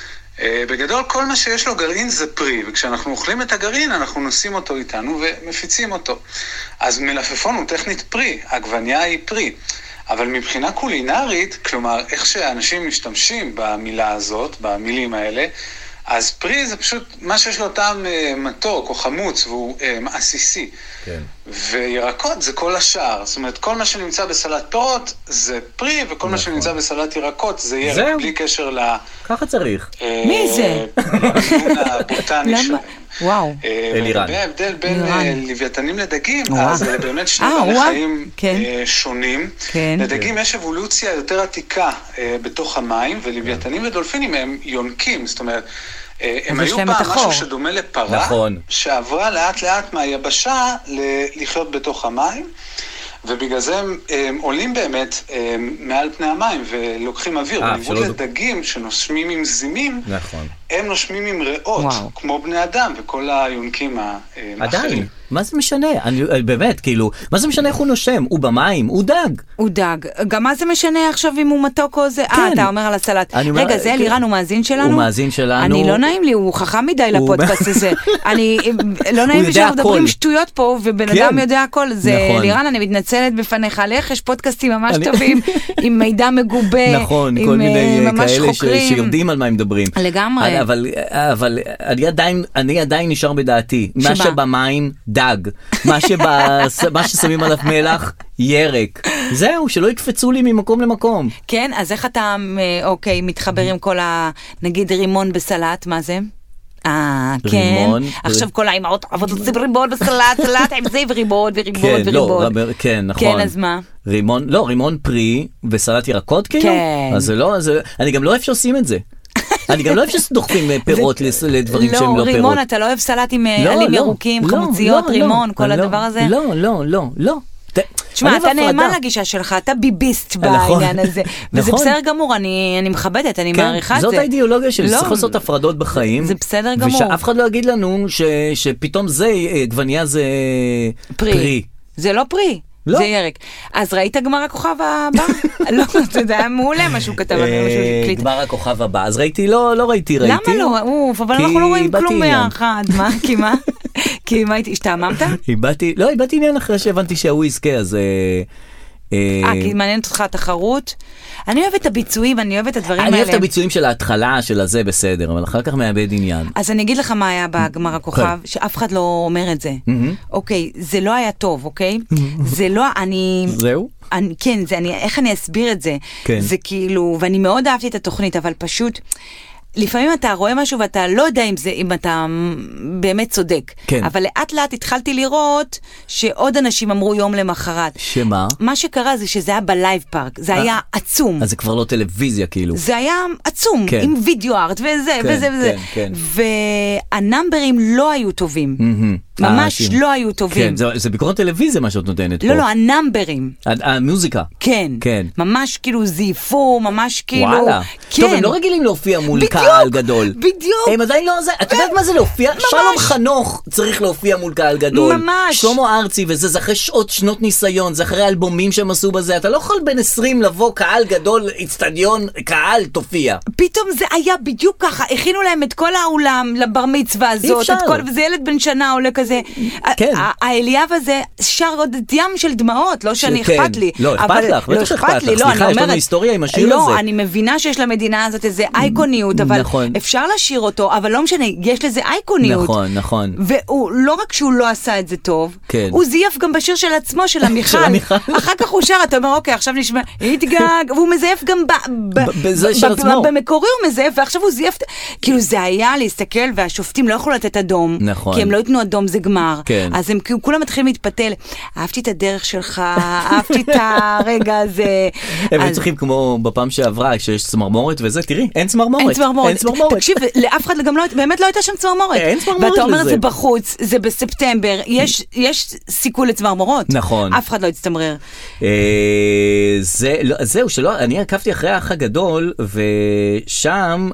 E: בגדול, כל מה שיש לו גרעין זה פרי, וכשאנחנו אוכלים את הגרעין, אנחנו נושאים אותו איתנו ומפיצים אותו. אז מלפפון הוא טכנית פרי, עגבניה היא פרי. אבל מבחינה קולינרית, כלומר, איך שאנשים משתמשים במילה הזאת, במילים האלה, אז פרי זה פשוט מה שיש לו טעם מתוק או חמוץ, והוא עסיסי. כן. וירקות זה כל השאר. זאת אומרת, כל מה שנמצא בסלט פירות זה פרי, וכל נכון. מה שנמצא בסלט ירקות זה ירק, זה... בלי קשר ל...
B: ככה צריך.
A: מי זה?
E: למימון הבוטני שלהם.
A: וואו.
B: אלירן.
E: וההבדל בין לוויתנים לדגים, אז זה באמת שני בעלי חיים שונים. לדגים יש אבולוציה יותר עתיקה בתוך המים, ולוויתנים ודולפינים הם יונקים, זאת אומרת, הם היו פעם משהו שדומה לפרה, שעברה לאט לאט מהיבשה לחיות בתוך המים, ובגלל זה הם, הם עולים באמת הם, מעל פני המים ולוקחים אוויר. בניגוד לדגים שנושמים עם זימים, נכון. הם נושמים עם ריאות, וואו. כמו בני אדם וכל היונקים האחרים.
B: עדיין, מה זה משנה? אני, באמת, כאילו, מה זה משנה איך הוא נושם? הוא במים, הוא דג.
A: הוא דג. גם מה זה משנה עכשיו אם הוא מתוק או זה? אה, כן. אתה אומר על הסלט.
B: אומר,
A: רגע, זה אלירן, כן. הוא מאזין שלנו?
B: הוא מאזין שלנו.
A: אני לא נעים לי, הוא חכם מדי לפודקאסט הזה. אני, לא נעים לי שאנחנו מדברים שטויות פה, ובן
B: כן.
A: אדם יודע הכל. זה
B: נכון.
A: אלירן, אני מתנצלת בפניך. לך, יש פודקאסטים ממש טובים, עם מידע מגובה,
B: נכון,
A: עם
B: כל מיני כאלה
A: חוקרים.
B: שיודעים על מה הם מדברים.
A: לגמרי.
B: אבל, אבל אני עדיין, אני עדיין נשאר בדעתי. מה שבמים, דג. מה שבא, מה ששמים עליו מלח, ירק. זהו, שלא יקפצו לי ממקום למקום.
A: כן, אז איך אתה, אוקיי, מתחבר עם כל ה, נגיד רימון בסלט, מה זה? אה, כן. עכשיו כל האימהות אבל עושים רימון בסלט, סלט עם זה ורימון ורימון ורימון.
B: כן, נכון.
A: כן, אז מה?
B: רימון, לא, רימון פרי וסלט ירקות כאילו?
A: כן.
B: אז זה לא, אני גם לא אוהב שעושים את זה. אני גם לא אוהב שדוחפים פירות לדברים שהם לא פירות.
A: לא, רימון, אתה לא אוהב סלט עם עלים ירוקים, חמוציות, רימון, כל הדבר הזה?
B: לא, לא, לא, לא.
A: תשמע, אתה נאמן לגישה שלך, אתה ביביסט בעניין הזה, וזה בסדר גמור, אני מכבדת, אני מעריכה את זה.
B: זאת האידיאולוגיה שלי, צריך לעשות הפרדות בחיים.
A: זה בסדר גמור.
B: ושאף אחד לא יגיד לנו שפתאום זה, גווניה זה פרי.
A: זה לא פרי. זה ירק. אז ראית גמר הכוכב הבא? לא, זה היה מעולה מה שהוא כתב.
B: גמר הכוכב הבא. אז ראיתי, לא, לא ראיתי, ראיתי.
A: למה לא? אוף, אבל אנחנו לא רואים כלום מהאחד. מה? כי מה? כי מה הייתי, השתעממת?
B: איבדתי, לא, איבדתי עניין אחרי שהבנתי שהוא יזכה, אז...
A: אה, כי מעניינת אותך התחרות? אני אוהבת את הביצועים, אני אוהבת את הדברים האלה.
B: אני אוהבת את הביצועים של ההתחלה, של הזה בסדר, אבל אחר כך מאבד עניין.
A: אז אני אגיד לך מה היה בגמר הכוכב, שאף אחד לא אומר את זה. אוקיי, זה לא היה טוב, אוקיי? זה לא, אני...
B: זהו?
A: כן, איך אני אסביר את זה? זה כאילו, ואני מאוד אהבתי את התוכנית, אבל פשוט... לפעמים אתה רואה משהו ואתה לא יודע אם זה, אם אתה באמת צודק. כן. אבל לאט לאט התחלתי לראות שעוד אנשים אמרו יום למחרת.
B: שמה?
A: מה שקרה זה שזה היה בלייב פארק. זה היה עצום.
B: אז זה כבר לא טלוויזיה כאילו.
A: זה היה עצום. כן. עם וידאו ארט וזה
B: כן,
A: וזה וזה.
B: כן,
A: כן. והנמברים לא היו טובים. Mm-hmm. ממש 아, לא היו טובים.
B: כן, זה, זה ביקורת טלוויזיה מה שאת נותנת
A: לא,
B: פה.
A: לא, לא, הנמברים.
B: המוזיקה.
A: כן.
B: כן.
A: ממש כאילו זיפו, ממש כאילו...
B: וואלה.
A: כן.
B: טוב, הם לא רגילים להופיע מול
A: בדיוק,
B: קהל גדול.
A: בדיוק.
B: הם עדיין לא זה. את יודעת מה זה להופיע? ממש. שלום חנוך צריך להופיע מול קהל גדול.
A: ממש.
B: שלמה ארצי וזה, זה אחרי שעות שנות ניסיון, זה אחרי אלבומים שהם עשו בזה. אתה לא יכול בין עשרים לבוא קהל גדול, אצטדיון, קהל, תופיע.
A: פתאום זה היה בדיוק ככה. הכינו להם את כל האולם לבר מצווה הזאת. את כל, וזה ילד בן שנה עולה כזה. כזה, האליאב הזה שר עוד ים של דמעות, לא שאני אכפת לי.
B: לא, אכפת לך, בטח אכפת לך. סליחה, יש לנו היסטוריה עם השיר הזה.
A: לא, אני מבינה שיש למדינה הזאת איזה אייקוניות, אבל אפשר לשיר אותו, אבל לא משנה, יש לזה אייקוניות.
B: נכון, נכון.
A: והוא, לא רק שהוא לא עשה את זה טוב, הוא זייף גם בשיר של עצמו, של המיכל. אחר כך הוא שר, אתה אומר, אוקיי, עכשיו נשמע, התגג, והוא מזייף גם במקורי הוא מזייף, ועכשיו הוא זייף, כאילו זה היה להסתכל, והשופטים לא יכולו לתת אדום, כי הם לא יתנו אדום, זה גמר. אז הם כולם מתחילים להתפתל, אהבתי את הדרך שלך, אהבתי את הרגע הזה.
B: הם צריכים כמו בפעם שעברה, שיש צמרמורת וזה, תראי, אין צמרמורת.
A: אין צמרמורת. תקשיב, לאף אחד גם לא, באמת לא הייתה שם צמרמורת.
B: אין צמרמורת לזה.
A: ואתה אומר, זה בחוץ, זה בספטמבר, יש סיכוי לצמרמורות.
B: נכון.
A: אף אחד לא יצטמרר.
B: זהו, שלא, אני עקבתי אחרי האח הגדול, ושם...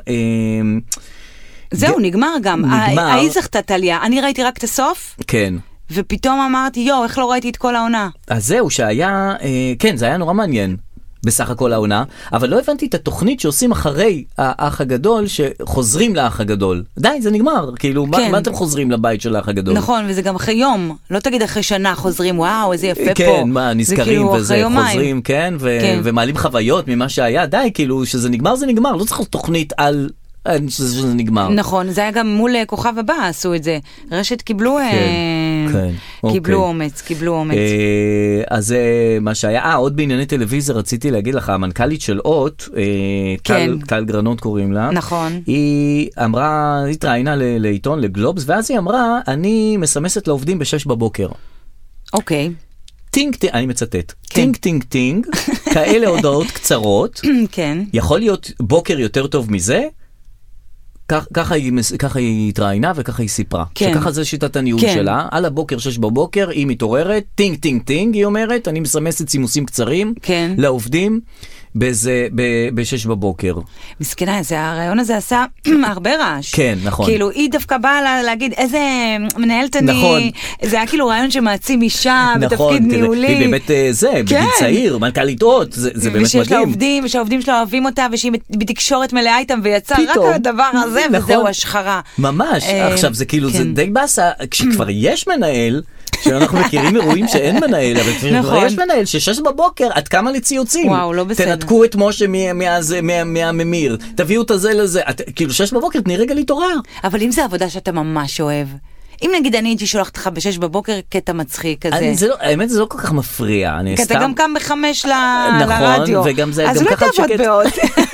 A: זהו, נגמר גם. ההיא זכתה טליה. אני ראיתי רק את הסוף.
B: כן.
A: ופתאום אמרתי, יו, איך לא ראיתי את כל העונה?
B: אז זהו, שהיה, כן, זה היה נורא מעניין. בסך הכל העונה, אבל לא הבנתי את התוכנית שעושים אחרי האח הגדול, שחוזרים לאח הגדול. די, זה נגמר. כאילו, כן. מה, מה אתם חוזרים לבית של האח הגדול?
A: נכון, וזה גם אחרי יום. לא תגיד אחרי שנה חוזרים, וואו, איזה יפה
B: כן,
A: פה.
B: כן, מה, נזכרים
A: כאילו
B: וזה, חוזרים, כן, ו- כן, ומעלים חוויות ממה שהיה. די, כאילו, שזה נגמר, זה נגמר. לא צריך תוכנית על... שזה נגמר.
A: נכון, זה היה גם מול כוכב הבא עשו את זה. רשת קיבלו קיבלו אומץ, קיבלו אומץ.
B: אז זה מה שהיה. אה, עוד בענייני טלוויזיה רציתי להגיד לך, המנכ"לית של אות, טל גרנות קוראים לה.
A: נכון.
B: היא אמרה, היא התראיינה לעיתון, לגלובס, ואז היא אמרה, אני מסמסת לעובדים בשש בבוקר.
A: אוקיי.
B: טינג, טינג, אני מצטט, טינג, טינג, טינג, כאלה הודעות קצרות.
A: כן.
B: יכול להיות בוקר יותר טוב מזה? ככה היא, ככה היא התראיינה וככה היא סיפרה. כן. שככה זה שיטת הניהול כן. שלה. על הבוקר, שש בבוקר, היא מתעוררת, טינג, טינג, טינג, היא אומרת, אני מסמסת סימוסים קצרים כן. לעובדים. בזה, בשש בבוקר.
A: מסכנה, הרעיון הזה עשה הרבה רעש.
B: כן, נכון.
A: כאילו, היא דווקא באה להגיד, איזה מנהלת אני... נכון. זה היה כאילו רעיון שמעצים אישה בתפקיד ניהולי.
B: היא באמת זה, בגיל צעיר, מנכ"לית אות, זה באמת מדהים.
A: ושיש לה עובדים, ושהעובדים שלה אוהבים אותה, ושהיא בתקשורת מלאה איתם, ויצא רק הדבר הזה, וזהו השחרה.
B: ממש. עכשיו, זה כאילו, זה די בסה, כשכבר יש מנהל, שאנחנו מכירים אירועים שאין מנהל, אבל כבר יש מנהל ששש בבוקר, עד כמה לציוצים.
A: וואו, לא בסדר.
B: תנתקו את משה מהממיר, תביאו את זה לזה, כאילו שש בבוקר, תני רגע להתעורר.
A: אבל אם זה עבודה שאתה ממש אוהב, אם נגיד אני הייתי שולחת לך בשש בבוקר קטע מצחיק כזה.
B: אני, זה לא, האמת זה לא כל כך מפריע. אני
A: כי
B: סתם...
A: אתה גם קם בחמש ל...
B: נכון,
A: לרדיו.
B: וגם זה...
A: אז
B: גם
A: אולי תעבוד בעוד.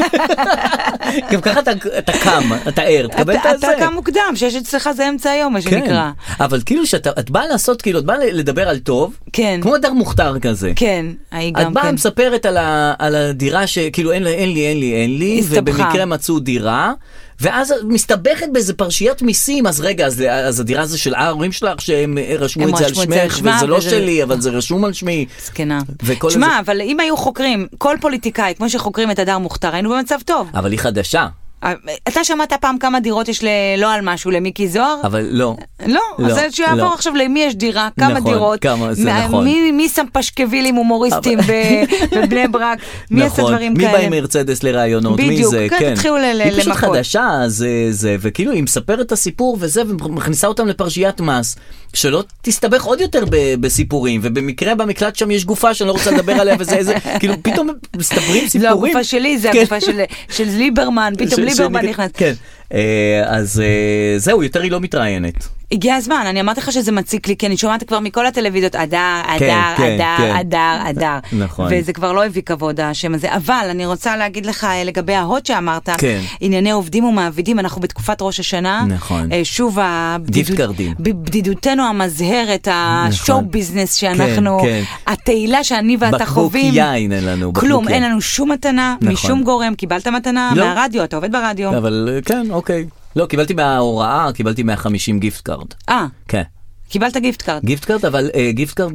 B: גם ככה אתה, אתה קם, אתה ער, תקבל את זה.
A: אתה קם מוקדם, שיש אצלך זה אמצע היום, מה שנקרא.
B: אבל כאילו שאת באה לעשות, כאילו, את באה לדבר על טוב,
A: כן.
B: כמו אדר מוכתר כזה.
A: כן, היא גם כן.
B: את באה מספרת על, ה, על הדירה שכאילו אין לי, אין לי, אין לי, אין לי, ובמקרה מצאו דירה, ואז מסתבכת באיזה פרשיית מיסים, אז רגע, אז, אז הדירה הזו של ההורים שלך, שהם רשמו את זה על שמך, וזה לא שלי, אבל זה רשום על שמי.
A: סכנה. תשמע, אבל אם היו חוקרים, כל פוליטיקאי, כמו שחוקרים את הדר מוכתר, היינו במצב טוב.
B: אבל היא חדשה.
A: אתה שמעת פעם כמה דירות יש לא על משהו, למיקי זוהר?
B: אבל לא.
A: לא, אז זה שיעבור עכשיו למי יש דירה, כמה דירות.
B: זה נכון.
A: מי שם פשקבילים הומוריסטים בבני ברק, מי עשה דברים כאלה.
B: מי בא עם מרצדס לרעיונות, מי זה, כן.
A: בדיוק, תתחילו למכות.
B: היא פשוט חדשה, זה, וכאילו היא מספרת את הסיפור וזה, ומכניסה אותם לפרשיית מס, שלא תסתבך עוד יותר בסיפורים, ובמקרה במקלט שם יש גופה שאני לא רוצה לדבר עליה, וזה איזה, כאילו פתאום מסתברים סיפורים. לא,
A: הגופה שלי, זה הגופה של ליברמן, פתאום ליברמן נכנס.
B: כן, אז זהו, יותר היא לא מתראיינת.
A: הגיע הזמן, אני אמרתי לך שזה מציק לי, כי אני שומעת כבר מכל הטלוויזיות, אדר, אדר, אדר, אדר, אדר.
B: נכון.
A: וזה כבר לא הביא כבוד השם הזה. אבל אני רוצה להגיד לך לגבי ההוד שאמרת, ענייני עובדים ומעבידים, אנחנו בתקופת ראש השנה.
B: נכון.
A: שוב,
B: דיפקרדים.
A: בבדידותנו המזהרת, השואו ביזנס שאנחנו, התהילה שאני ואתה חווים.
B: בקבוק יין אין לנו.
A: כלום, אין לנו שום מתנה, משום גורם. קיבלת מתנה מהרדיו, אתה עובד ברדיו.
B: אבל כן, אוקיי. לא, קיבלתי מההוראה, קיבלתי מאה וחמישים גיפט קארד.
A: אה.
B: כן.
A: קיבלת גיפט קארד.
B: גיפט קארד, אבל גיפט קארד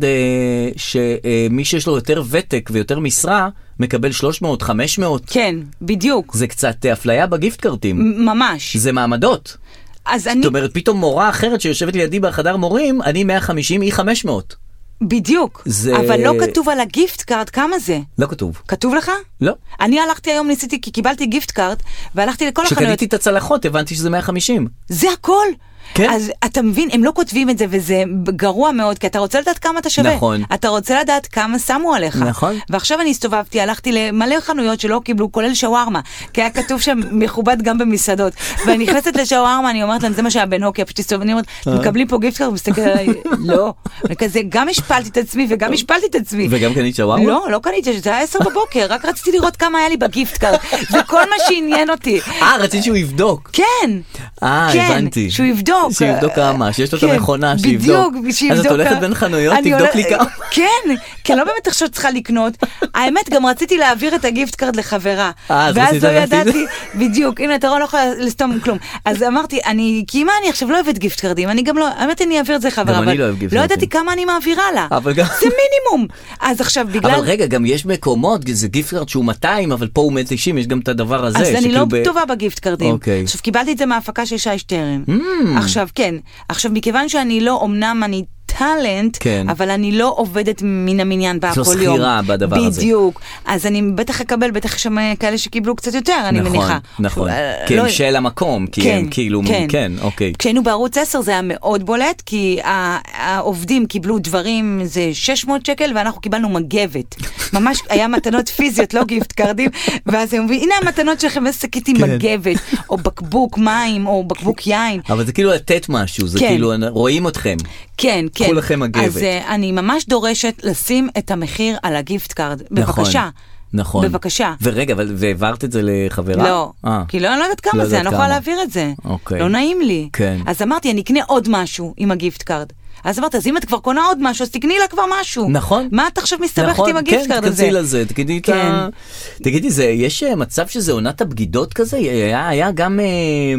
B: שמי שיש לו יותר ותק ויותר משרה, מקבל שלוש מאות חמש מאות.
A: כן, בדיוק.
B: זה קצת אפליה בגיפט קארדים.
A: ממש.
B: זה מעמדות.
A: אז אני...
B: זאת אומרת, פתאום מורה אחרת שיושבת לידי בחדר מורים, אני מאה וחמישים, היא חמש מאות.
A: בדיוק, זה... אבל לא כתוב על הגיפט קארד כמה זה.
B: לא כתוב.
A: כתוב לך?
B: לא.
A: אני הלכתי היום, ניסיתי, כי קיבלתי גיפט קארד, והלכתי לכל החנויות.
B: שקניתי את הצלחות, הבנתי שזה מאה וחמישים.
A: זה הכל.
B: כן.
A: אז אתה מבין, הם לא כותבים את זה, וזה גרוע מאוד, כי אתה רוצה לדעת כמה אתה שווה.
B: נכון.
A: אתה רוצה לדעת כמה שמו עליך.
B: נכון.
A: ועכשיו אני הסתובבתי, הלכתי למלא חנויות שלא קיבלו, כולל שווארמה, כי היה כתוב שם מכובד גם במסעדות. ואני נכנסת לשווארמה, אני אומרת להם, זה מה שהיה בנוקיה, פשוט הסתובב, אני אומרת, מקבלים פה גיפט קארד, ומסתכל עליי, לא. וכזה, גם השפלתי את עצמי, וגם השפלתי את עצמי.
B: וגם קנית שווארמה?
A: לא, לא קניתי, זה היה עשר בבוקר, רק רציתי לראות כמה היה לי בגיפט קארד. זה כל מה שעניין אותי.
B: אה, רציתי שהוא יבדוק.
A: כן.
B: אה, הבנתי.
A: שהוא יבדוק.
B: שיבדוק כמה, שיש לו את המכונה, שיבדוק.
A: בדיוק, שיבדוק.
B: אז את הולכת בין חנויות, תבדוק לי כמה.
A: כן, כי אני לא באמת עכשיו צריכה לקנות. האמת, גם רציתי להעביר את הגיפט קארד לחברה. ואז לא ידעתי, בדיוק, הנה, אתה רואה, לא יכולה לסתום כלום. אז אמרתי, אני, כי מה אני עכשיו לא אוהבת גיפט קארדים, אני גם לא, האמת אני אעביר את זה לחברה, אבל לא ידעתי כמה אני מעבירה לה. זה מינימום. אז עכשיו, בגלל...
B: אבל רגע, גם יש מקומות, זה גיפט קארד שהוא מאתיים, אבל פה הוא מאה ותשעים, יש גם את הדבר הזה.
A: אז אני לא טובה בגיפט קארדים. עכשיו, קיבלתי את זה מההפקה של שי שטרן. עכשיו, כן. עכשיו, מכיוון שאני לא, אומנם אני טלנט,
B: כן.
A: אבל אני לא עובדת מן המניין בה כל יום.
B: זו סחירה בדבר
A: בדיוק.
B: הזה.
A: בדיוק. אז אני בטח אקבל, בטח שם כאלה שקיבלו קצת יותר, אני
B: נכון,
A: מניחה.
B: נכון, נכון.
A: לא...
B: כן, של המקום, כי
A: כן,
B: הם כאילו,
A: כן.
B: כן, אוקיי.
A: כשהיינו בערוץ עשר זה היה מאוד בולט, כי העובדים קיבלו דברים, זה שש מאות שקל, ואנחנו קיבלנו מגבת. ממש היה מתנות פיזיות, לא גיפט קארדים, ואז הם אומרים, הנה המתנות שלכם, וסקיתי כן. מגבת, או בקבוק מים, או בקבוק יין.
B: אבל זה כאילו לתת משהו, זה כן. כאילו, רואים אתכם.
A: כן, כן.
B: קחו לכם מגבת.
A: אז uh, אני ממש דורשת לשים את המחיר על הגיפט קארד. בבקשה.
B: נכון.
A: בבקשה.
B: ורגע, אבל, והעברת את זה לחברה?
A: לא. 아, כי לא, אני לא יודעת כמה לא זה, אני לא יכולה להעביר את זה.
B: אוקיי.
A: לא נעים לי.
B: כן.
A: אז אמרתי, אני אקנה עוד משהו עם הגיפט קארד. אז אמרת, אז אם את כבר קונה עוד משהו, אז תקני לה כבר משהו.
B: נכון.
A: מה את עכשיו מסתבכת
B: נכון,
A: עם הגיפט קארד
B: כן,
A: הזה?
B: תקצי לזה, תגידי כן. את ה... תגידי, זה, יש מצב שזה עונת הבגידות כזה? היה, היה גם... אה...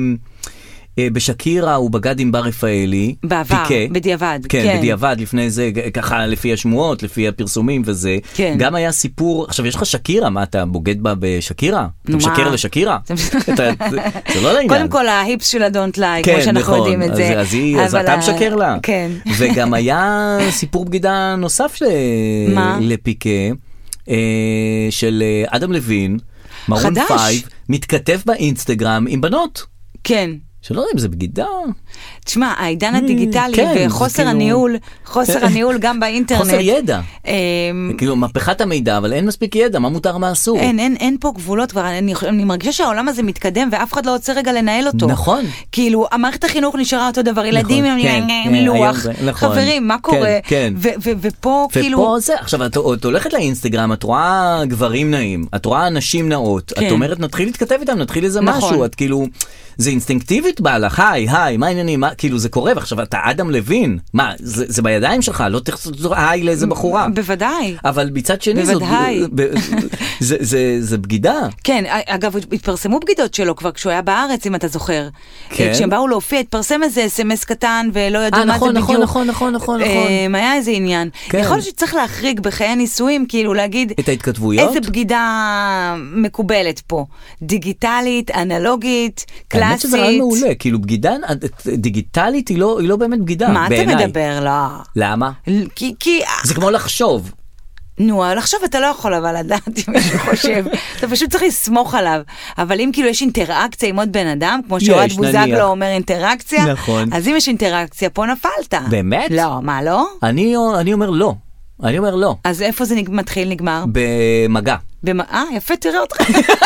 B: בשקירה הוא בגד עם בר רפאלי.
A: בעבר,
B: פיקה.
A: בדיעבד.
B: כן, כן, בדיעבד, לפני זה, ככה לפי השמועות, לפי הפרסומים וזה. כן. גם היה סיפור, עכשיו יש לך שקירה, מה אתה בוגד בה בשקירה? אתה משקר לשקירה? זה לא לעניין.
A: קודם כל ההיפס של הדונט ליי, כמו שאנחנו יודעים את זה.
B: אז אתה משקר לה.
A: כן.
B: וגם היה סיפור בגידה נוסף לפיקה, של אדם לוין, מרון פייב, מתכתב באינסטגרם עם בנות.
A: כן.
B: שלא יודע אם זה בגידה.
A: תשמע, העידן הדיגיטלי וחוסר הניהול, חוסר הניהול גם באינטרנט.
B: חוסר ידע. כאילו, מהפכת המידע, אבל אין מספיק ידע, מה מותר, מה אסור.
A: אין, אין, אין פה גבולות כבר, אני מרגישה שהעולם הזה מתקדם, ואף אחד לא רוצה רגע לנהל אותו.
B: נכון.
A: כאילו, המערכת החינוך נשארה אותו דבר, ילדים עם לוח, חברים, מה קורה? ופה כאילו...
B: ופה זה, עכשיו, את הולכת לאינסטגרם, את רואה גברים נעים, את רואה נשים נאות, את אומרת, נתחיל להתכתב איתם, נתחיל איזה משהו, את כאילו... זה אינסטינקטיבית בא לך, היי, היי, מה העניינים, מה, כאילו זה קורה, ועכשיו אתה אדם לוין, מה, זה, זה בידיים שלך, לא תחזור היי לאיזה בחורה.
A: בוודאי.
B: אבל מצד שני, זאת, ב, זה, זה, זה בגידה.
A: כן, אגב, התפרסמו בגידות שלו כבר כשהוא היה בארץ, אם אתה זוכר. כן. כשהם באו להופיע, התפרסם איזה אס-אם-אס קטן, ולא ידעו מה
B: נכון,
A: זה
B: נכון,
A: בדיוק.
B: נכון, נכון, נכון, נכון.
A: היה איזה עניין. כן. יכול להיות שצריך להחריג בחיי נישואים, כאילו להגיד,
B: את ההתכתבויות?
A: איזה בגידה מקובלת פה. דיגיטלית, אנלוגית, קלאסית.
B: האמת שזה רעיון מעולה, כאילו בגידה דיגיטלית היא לא, היא לא באמת בגידה,
A: מה
B: בעיניי.
A: אתה מדבר? לא.
B: למה?
A: כי, כי...
B: זה כמו לחשוב.
A: נו, לחשוב אתה לא יכול אבל לדעת אם מישהו חושב, אתה פשוט צריך לסמוך עליו, אבל אם כאילו יש אינטראקציה עם עוד בן אדם, כמו שאוהד בוזגלו אומר אינטראקציה,
B: נכון.
A: אז אם יש אינטראקציה, פה נפלת.
B: באמת?
A: לא, מה לא?
B: אני, אני אומר לא. אני אומר לא.
A: אז איפה זה מתחיל, נגמר?
B: במגע.
A: אה, יפה, תראה אותך.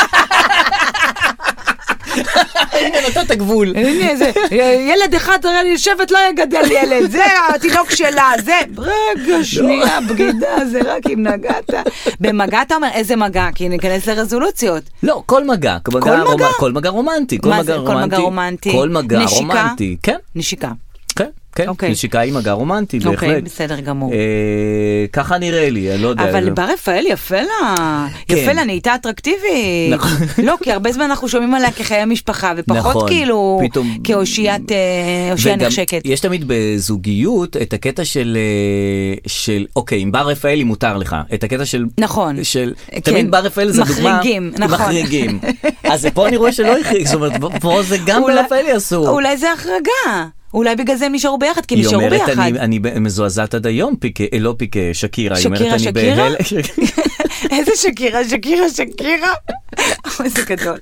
B: הנה, נתת הגבול.
A: הנה, זה, ילד אחד תראה לי לשבת, לא יגדל ילד, זה התינוק שלה, זה, רגע, שנייה, בגידה, זה רק אם נגעת. במגע אתה אומר, איזה מגע? כי ניכנס לרזולוציות.
B: לא, כל מגע. כל מגע? כל מגע רומנטי.
A: מה זה כל מגע רומנטי?
B: כל מגע רומנטי, כן.
A: נשיקה.
B: כן, כן, נשיקה עם מגע רומנטי, בהחלט.
A: אוקיי, בסדר גמור.
B: ככה נראה לי, אני לא יודע.
A: אבל בר רפאל יפה לה, יפה לה, נהייתה אטרקטיבית. לא, כי הרבה זמן אנחנו שומעים עליה כחיי משפחה, ופחות כאילו כאושיית נחשקת.
B: יש תמיד בזוגיות את הקטע של, אוקיי, עם בר רפאלי מותר לך, את הקטע של...
A: נכון.
B: תמיד בר רפאלי זה דוגמה...
A: מחריגים, נכון.
B: מחריגים. אז פה אני רואה שלא יחריג, זאת אומרת, פה זה גם בר רפאלי אסור.
A: אולי זה החרגה. אולי בגלל זה הם נשארו ביחד, כי נשארו ביחד.
B: היא אומרת, אני מזועזעת עד היום, לא פיקה, שקירה.
A: שקירה, שקירה? איזה שקירה, שקירה, שקירה? איזה גדול.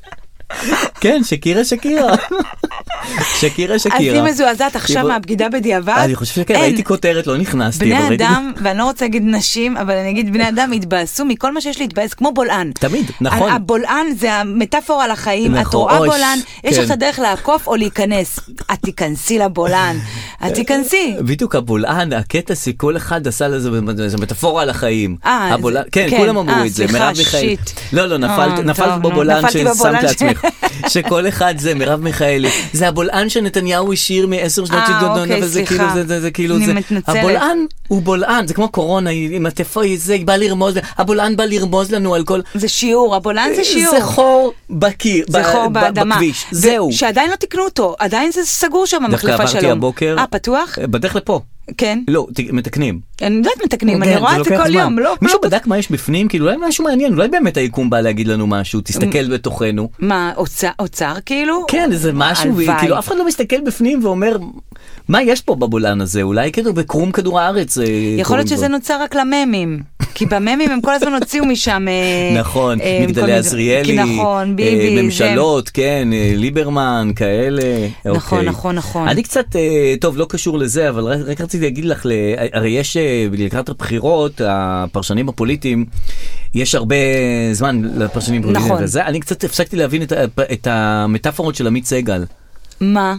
B: כן, שקירה שקירה. שקירה שקירה.
A: אז היא מזועזעת עכשיו מהבגידה בדיעבד?
B: אני חושב שכן, ראיתי כותרת, לא נכנסתי.
A: בני אדם, ואני לא רוצה להגיד נשים, אבל אני אגיד בני אדם התבאסו מכל מה שיש להתבאס, כמו בולען.
B: תמיד, נכון.
A: הבולען זה המטאפורה לחיים, את רואה בולען, יש לך את הדרך לעקוף או להיכנס. את תיכנסי לבולען, את תיכנסי.
B: בדיוק הבולען, הקטע שכל אחד עשה לזה, זה מטאפורה לחיים.
A: אה,
B: כן, כולם אמרו את זה, מרב מיכאלי. לא, לא, נפלת בבולען ששמת לעצמך. שכל אחד זה מרב מיכאלי. זה הבולען שנתניהו השאיר מעשר שנות שלטון, אבל זה כאילו, זה כאילו, זה, הבולען הוא בולען, זה כמו קורונה, עם התפוי, זה בא לרמוז, הבולען בא לרמוז לנו על כל...
A: זה שיעור, הבולען זה שיעור.
B: זה חור בקיר,
A: זה חור באדמה.
B: בכביש, זהו.
A: שעדיין לא תקנו אותו, עדיין זה סגור שם, מחלפה שלום.
B: דווקא עברתי הבוקר.
A: אה, פתוח?
B: בדרך לפה.
A: כן.
B: לא, מתקנים.
A: אני יודעת מתקנים, אני רואה את זה כל יום.
B: מישהו בדק מה יש בפנים? כאילו, אולי משהו מעניין, אולי באמת היקום בא להגיד לנו משהו, תסתכל בתוכנו.
A: מה, אוצר כאילו?
B: כן, זה משהו, כאילו, אף אחד לא מסתכל בפנים ואומר, מה יש פה בבולען הזה? אולי כאילו בקרום כדור הארץ.
A: יכול להיות שזה נוצר רק לממים, כי בממים הם כל הזמן הוציאו משם...
B: נכון, מגדלי עזריאלי, ממשלות, כן, ליברמן, כאלה.
A: נכון, נכון, נכון.
B: אני קצת, טוב, לא קשור לזה, אבל רק רציתי להגיד לך, הרי יש לקראת הבחירות, הפרשנים הפוליטיים, יש הרבה זמן לפרשנים הפוליטיים וזה, אני קצת הפסקתי להבין את המטאפורות של עמית סגל.
A: מה?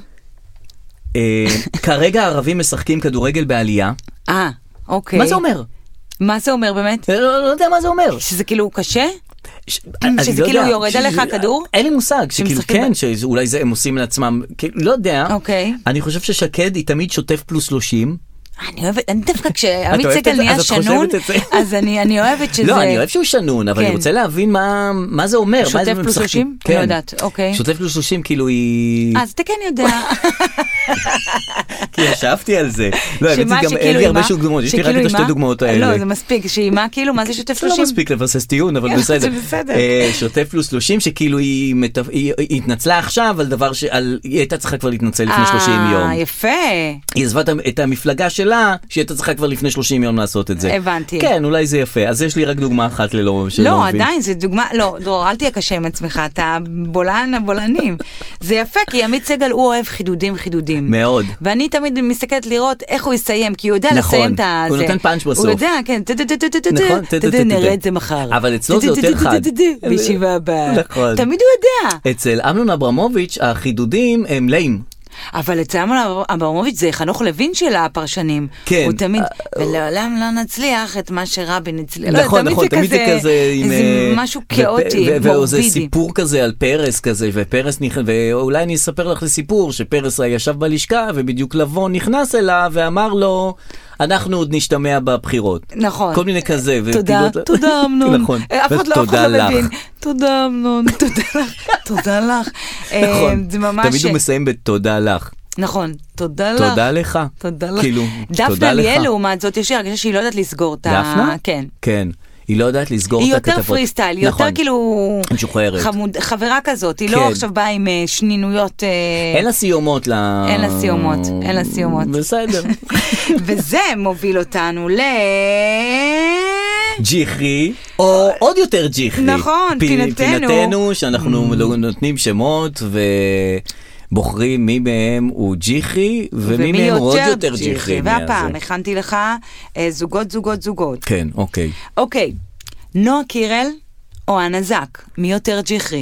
B: כרגע הערבים משחקים כדורגל בעלייה.
A: אה, אוקיי.
B: מה זה אומר?
A: מה זה אומר באמת?
B: לא יודע מה זה אומר.
A: שזה כאילו קשה? שזה כאילו יורד עליך כדור?
B: אין לי מושג, שכאילו כן, שאולי זה הם עושים לעצמם, לא יודע.
A: אוקיי.
B: אני חושב ששקד היא תמיד שוטף פלוס שלושים.
A: אני אוהבת, אני דווקא כשעמית סגל נהיה שנון, אז אני אוהבת שזה...
B: לא, אני אוהב שהוא שנון, אבל אני רוצה להבין מה זה אומר.
A: שוטף פלוס שלושים? אני לא יודעת, אוקיי.
B: שוטף פלוס שלושים, כאילו היא...
A: אז אתה כן יודע.
B: כי ישבתי על זה. לא, האמת גם אין לי הרבה שוב דוגמאות, יש לי רק את השתי דוגמאות האלה.
A: לא, זה מספיק, שהיא מה כאילו, מה זה שוטף שלושים?
B: לא מספיק לבסס טיעון, אבל בסדר. שוטף פלוס שלושים, שכאילו היא התנצלה עכשיו על דבר שהיא הייתה צריכה כבר להתנצל לפני שלושים יום.
A: יפה.
B: היא עזבה את המפלגה שלה, שהייתה צריכה כבר לפני שלושים יום לעשות את זה.
A: הבנתי.
B: כן, אולי זה יפה. אז יש לי רק דוגמה אחת ללא...
A: לא, עדיין, זה דוגמה... לא, דרור, אל תהיה קשה עם עצמך, אתה בולען הבולענים. זה יפה, כי עמית סגל הוא אוהב חידודים חידודים.
B: מאוד.
A: ואני תמיד מסתכלת לראות איך הוא יסיים, כי הוא יודע לסיים את זה.
B: הוא נותן פאנץ' בסוף.
A: הוא יודע, כן. נראה את זה מחר.
B: אבל אצלו זה יותר חד.
A: בישיבה הבאה. תמיד הוא יודע.
B: אצל אמנון אברמוביץ' החידודים הם ליים.
A: אבל אצל אמנון אברמוביץ' זה חנוך לוין של הפרשנים.
B: כן.
A: הוא תמיד, ולעולם לא נצליח את מה שרבין הצליח.
B: נכון, נכון, תמיד זה כזה,
A: איזה משהו כאוטי, מורבידי.
B: וזה סיפור כזה על פרס כזה, ופרס נכנס, ואולי אני אספר לך לסיפור, שפרס ישב בלשכה, ובדיוק לבון נכנס אליו, ואמר לו, אנחנו עוד נשתמע בבחירות.
A: נכון.
B: כל מיני כזה.
A: תודה, תודה אמנון.
B: נכון.
A: אף אחד לא מבין. תודה אמנון, תודה לך, תודה לך.
B: נכון. תמיד הוא מסיים בתודה לך.
A: נכון, תודה לך.
B: תודה לך.
A: תודה לך.
B: כאילו,
A: דפנה ליאל לעומת זאת, יש לי הרגשה שהיא לא יודעת לסגור את ה...
B: דפנה?
A: כן.
B: כן. היא לא יודעת לסגור
A: את
B: הכתבות.
A: היא יותר פרי סטייל, היא יותר כאילו...
B: משוחררת.
A: חברה כזאת, היא לא עכשיו באה עם שנינויות...
B: אין לה סיומות ל...
A: אין לה סיומות, אין לה סיומות.
B: בסדר.
A: וזה מוביל אותנו ל...
B: ג'יחרי, או עוד יותר ג'יחרי.
A: נכון, פינתנו.
B: פינתנו, שאנחנו נותנים שמות ו... בוחרים מי מהם הוא ג'יחרי, ומי מהם עוד יותר ג'יחרי.
A: והפעם הכנתי לך זוגות, זוגות, זוגות.
B: כן, אוקיי.
A: אוקיי, נועה קירל או הנזק, מי יותר ג'יחרי?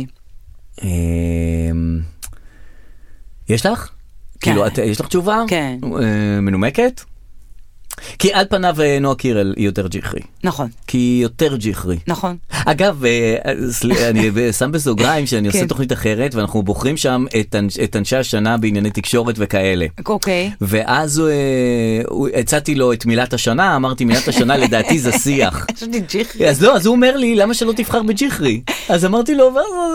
B: יש לך?
A: כן.
B: כאילו, יש לך תשובה?
A: כן.
B: מנומקת? כי על פניו נועה קירל היא יותר ג'יחרי.
A: נכון.
B: כי היא יותר ג'יחרי.
A: נכון.
B: אגב, אני שם בסוגריים שאני עושה תוכנית אחרת, ואנחנו בוחרים שם את אנשי השנה בענייני תקשורת וכאלה.
A: אוקיי.
B: ואז הצעתי לו את מילת השנה, אמרתי מילת השנה לדעתי זה שיח.
A: חשבתי ג'יחרי.
B: אז לא, אז הוא אומר לי, למה שלא תבחר בג'יחרי? אז אמרתי לו,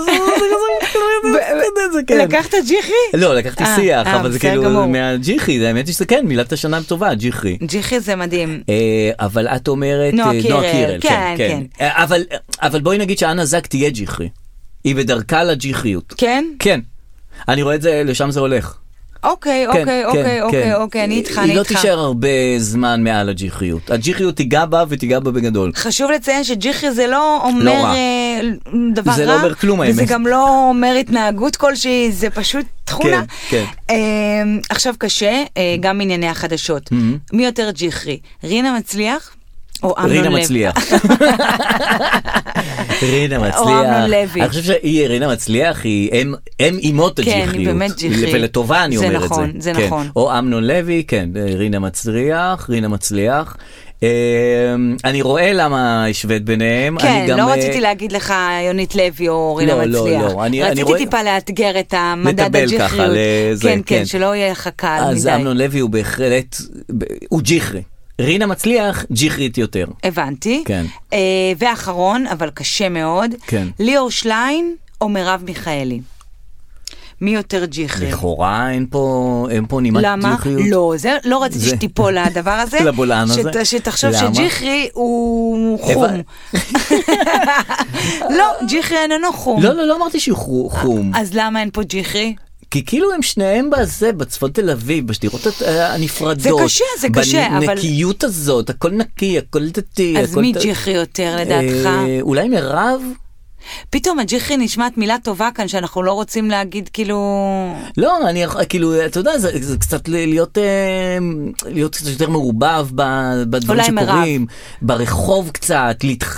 A: לקחת ג'יחרי?
B: לא, לקחתי שיח, אבל זה כאילו מהג'יחרי, האמת היא שזה כן, מילת השנה טובה, ג'יחרי.
A: ג'יחרי זה מדהים.
B: אבל את אומרת נועה קירל, כן, כן. אבל בואי נגיד שאנה זק תהיה ג'יחרי. היא בדרכה לג'יחריות.
A: כן?
B: כן. אני רואה את זה, לשם זה הולך.
A: אוקיי, אוקיי, אוקיי, אוקיי, אוקיי, אני איתך, אני איתך.
B: היא לא תישאר הרבה זמן מעל הג'יחריות. הג'יחריות תיגע בה ותיגע בה בגדול.
A: חשוב לציין שג'יחרי זה לא אומר דבר רע.
B: זה לא אומר כלום, האמת.
A: וזה גם לא אומר התנהגות כלשהי, זה פשוט תכונה.
B: כן, כן.
A: עכשיו קשה, גם ענייני החדשות. מי יותר ג'יחרי? רינה מצליח? או אמנון לוי.
B: רינה מצליח. רינה מצליח.
A: או אמנון לוי.
B: אני חושב שהיא רינה מצליח, היא אם אימות הג'יחריות.
A: כן, היא באמת ג'יחרית.
B: ולטובה אני אומר את זה.
A: זה נכון, זה נכון.
B: או אמנון לוי, כן, רינה מצליח, רינה מצליח. אני רואה למה השווית ביניהם.
A: כן, לא רציתי להגיד לך יונית לוי או רינה מצליח.
B: לא, לא.
A: רציתי טיפה לאתגר את המדד הג'יחריות. כן, כן, שלא יהיה לך קל מדי.
B: אז אמנון לוי הוא בהחלט, הוא ג'יחרי. רינה מצליח, ג'יחרית יותר.
A: הבנתי.
B: כן.
A: אה, ואחרון, אבל קשה מאוד.
B: כן.
A: ליאור שליין או מרב מיכאלי? מי יותר ג'יחרי?
B: לכאורה אין פה, אין פה נימת ג'יחריות.
A: למה? לא, זה, לא רציתי
B: זה...
A: שתיפול לדבר הזה.
B: לבולען הזה.
A: שת, שתחשוב שג'יחרי הוא חום. לא, ג'יחרי איננו חום.
B: לא, לא, לא אמרתי שהוא חום.
A: אז למה אין פה ג'יחרי?
B: כי כאילו הם שניהם בזה, בצפון תל אביב, בשדירות הנפרדות.
A: זה קשה, זה קשה, אבל...
B: בנקיות הזאת, הכל נקי, הכל דתי.
A: אז מי ג'יחרי יותר לדעתך?
B: אולי מרב?
A: פתאום הג'יחרי נשמעת מילה טובה כאן, שאנחנו לא רוצים להגיד כאילו...
B: לא, אני כאילו, אתה יודע, זה קצת להיות להיות קצת יותר מעורבב בדברים שקורים. ברחוב קצת,